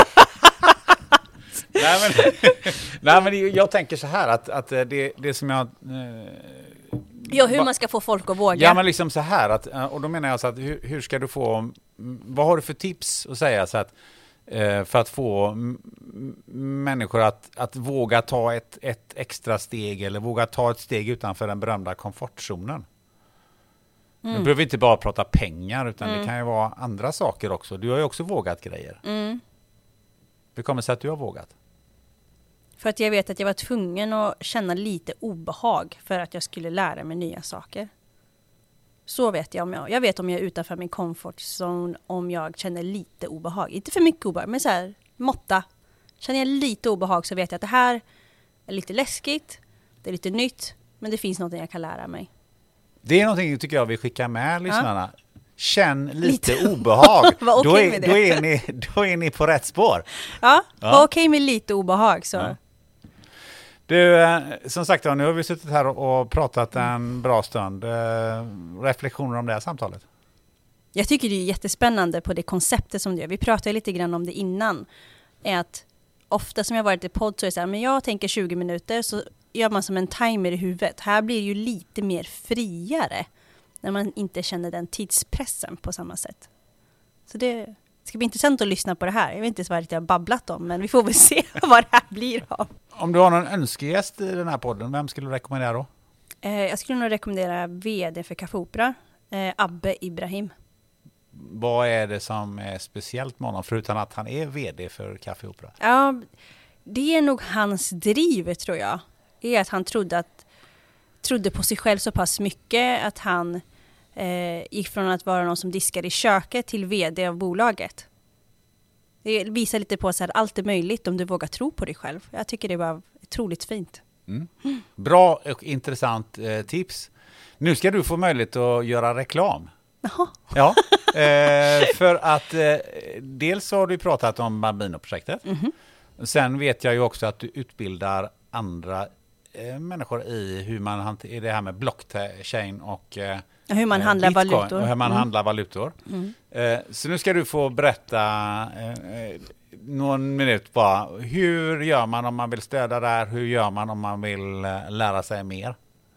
Nej men jag tänker så här att det som jag hur man ska få folk att våga. Ja, men liksom så här att, och då menar jag så att hur ska du få, vad har du för tips att säga så att för att få människor att våga ta ett extra steg eller våga ta ett steg utanför den berömda komfortzonen? Nu behöver vi inte bara prata pengar utan det kan ju vara andra saker också. Du har ju också vågat grejer. Hur kommer det sig att du har vågat? För att jag vet att jag var tvungen att känna lite obehag för att jag skulle lära mig nya saker. Så vet jag vet om jag är utanför min comfort zone, om jag känner lite obehag. Inte för mycket obehag, men så här, måtta. Känner jag lite obehag så vet jag att det här är lite läskigt, det är lite nytt, men det finns något jag kan lära mig. Det är någonting tycker jag vi skickar med lyssnarna. Ja. Känn lite obehag. Då är ni på rätt spår. Ja. Okej med lite obehag så. Ja. Du, som sagt, nu har vi suttit här och pratat en bra stund. Reflektioner om det här samtalet? Jag tycker det är jättespännande på det konceptet som du gör. Vi pratade lite grann om det innan. Är att ofta som jag varit i podd så är det så här, men jag tänker 20 minuter så gör man som en timer i huvudet. Här blir det ju lite mer friare när man inte känner den tidspressen på samma sätt. Så det ska bli intressant att lyssna på det här. Jag vet inte vad jag har babblat om, men vi får väl se vad det här blir av. Om du har någon önskegäst i den här podden, vem skulle du rekommendera då? Jag skulle nog rekommendera vd för Café Opera, Abbe Ibrahim. Vad är det som är speciellt med honom, förutom att han är vd för Café Opera? Ja, det är nog hans driv, tror jag. Det är att han trodde på sig själv så pass mycket att han gick från att vara någon som diskade i köket till vd av bolaget. Det visar lite på så att allt är möjligt om du vågar tro på dig själv. Jag tycker det var otroligt fint. Bra och intressant tips. Nu ska du få möjlighet att göra reklam. Jaha. Ja, för att dels har du pratat om Bambino-projektet. Sen vet jag ju också att du utbildar andra människor i hur man i det här med blockchain och hur man handlar Bitcoin, valutor. och hur man handlar valutor. Så nu ska du få berätta någon minut bara. Hur gör man om man vill stödja där? Hur gör man om man vill lära sig mer?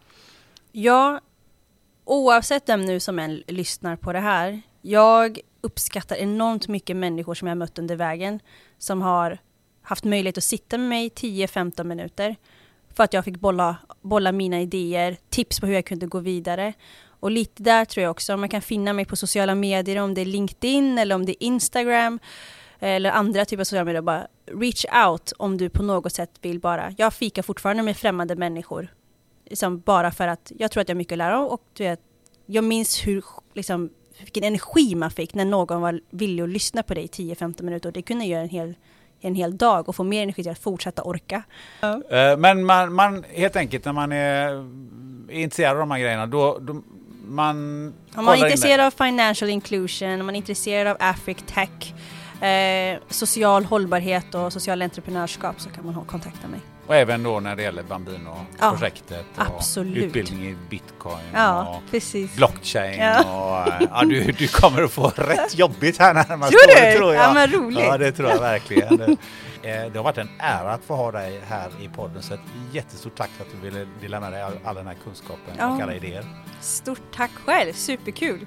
Ja, oavsett vem nu som än lyssnar på det här. Jag uppskattar enormt mycket människor som jag mött under vägen. Som har haft möjlighet att sitta med mig 10-15 minuter. För att jag fick bolla mina idéer, tips på hur jag kunde gå vidare. Och lite där tror jag också, man kan finna mig på sociala medier, om det är LinkedIn eller om det är Instagram eller andra typer av sociala medier. Bara reach out om du på något sätt vill bara. Jag fikar fortfarande med främmande människor. Liksom bara för att jag tror att jag har mycket att lära. Och du vet, jag minns vilken energi man fick när någon var villig att lyssna på dig i 10-15 minuter. Och det kunde göra en hel dag och få mer energi till att fortsätta orka. Men man helt enkelt när man är intresserad av de här grejerna om man är intresserad av financial inclusion, om man är intresserad av Afric Tech, social hållbarhet och social entreprenörskap, så kan man kontakta mig. Och även då när det gäller Bambino-projektet och absolut. Utbildning i Bitcoin och precis. blockchain. Och, du kommer att få rätt jobbigt här närmast. Tror jag. Ja, men roligt. Ja, det tror jag verkligen. Det har varit en ära att få ha dig här i podden, så ett jättestort tack för att du ville dela med dig av all den här kunskapen och alla idéer. Stort tack själv, superkul.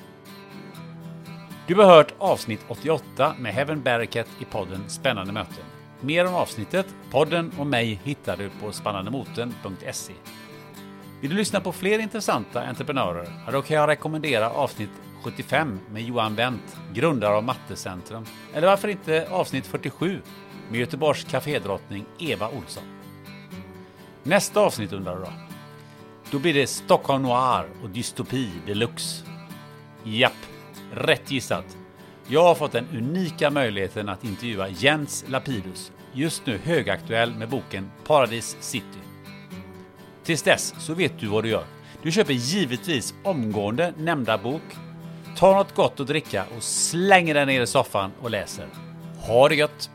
Du har hört avsnitt 88 med Heaven Barakat i podden Spännande möten. Mer om avsnittet, podden och mig hittar du på spannandemoten.se. Vill du lyssna på fler intressanta entreprenörer? Då kan jag rekommendera avsnitt 75 med Johan Wendt, grundare av Mattecentrum. Eller varför inte avsnitt 47 med Göteborgs kafédrottning Eva Olsson. Nästa avsnitt undrar du då? Då blir det Stockholm Noir och dystopi deluxe. Japp, rätt gissat. Jag har fått den unika möjligheten att intervjua Jens Lapidus, just nu högaktuell med boken Paradis City. Tills dess så vet du vad du gör. Du köper givetvis omgående nämnda bok, tar något gott att dricka och slänger den ner i soffan och läser. Ha det gött!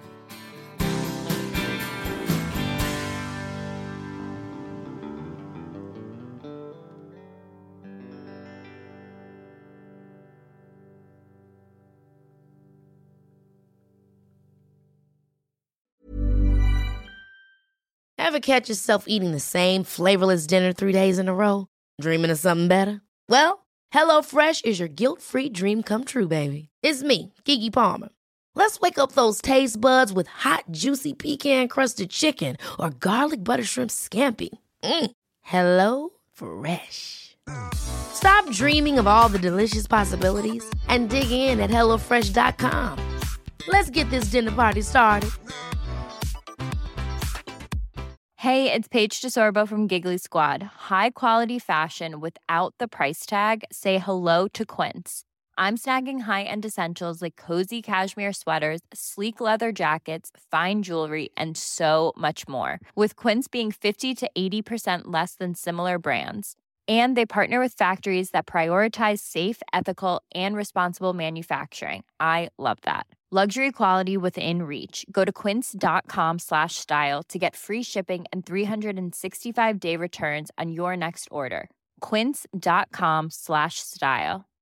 Ever catch yourself eating the same flavorless dinner 3 days in a row? Dreaming of something better? Well, HelloFresh is your guilt-free dream come true, baby. It's me, Keke Palmer. Let's wake up those taste buds with hot, juicy pecan-crusted chicken or garlic butter shrimp scampi. Hello Fresh. Stop dreaming of all the delicious possibilities and dig in at HelloFresh.com. Let's get this dinner party started. Hey, it's Paige DeSorbo from Giggly Squad. High quality fashion without the price tag. Say hello to Quince. I'm snagging high-end essentials like cozy cashmere sweaters, sleek leather jackets, fine jewelry, and so much more. With Quince being 50 to 80% less than similar brands. And they partner with factories that prioritize safe, ethical, and responsible manufacturing. I love that. Luxury quality within reach. Go to quince.com/style to get free shipping and 365-day returns on your next order. Quince.com/style.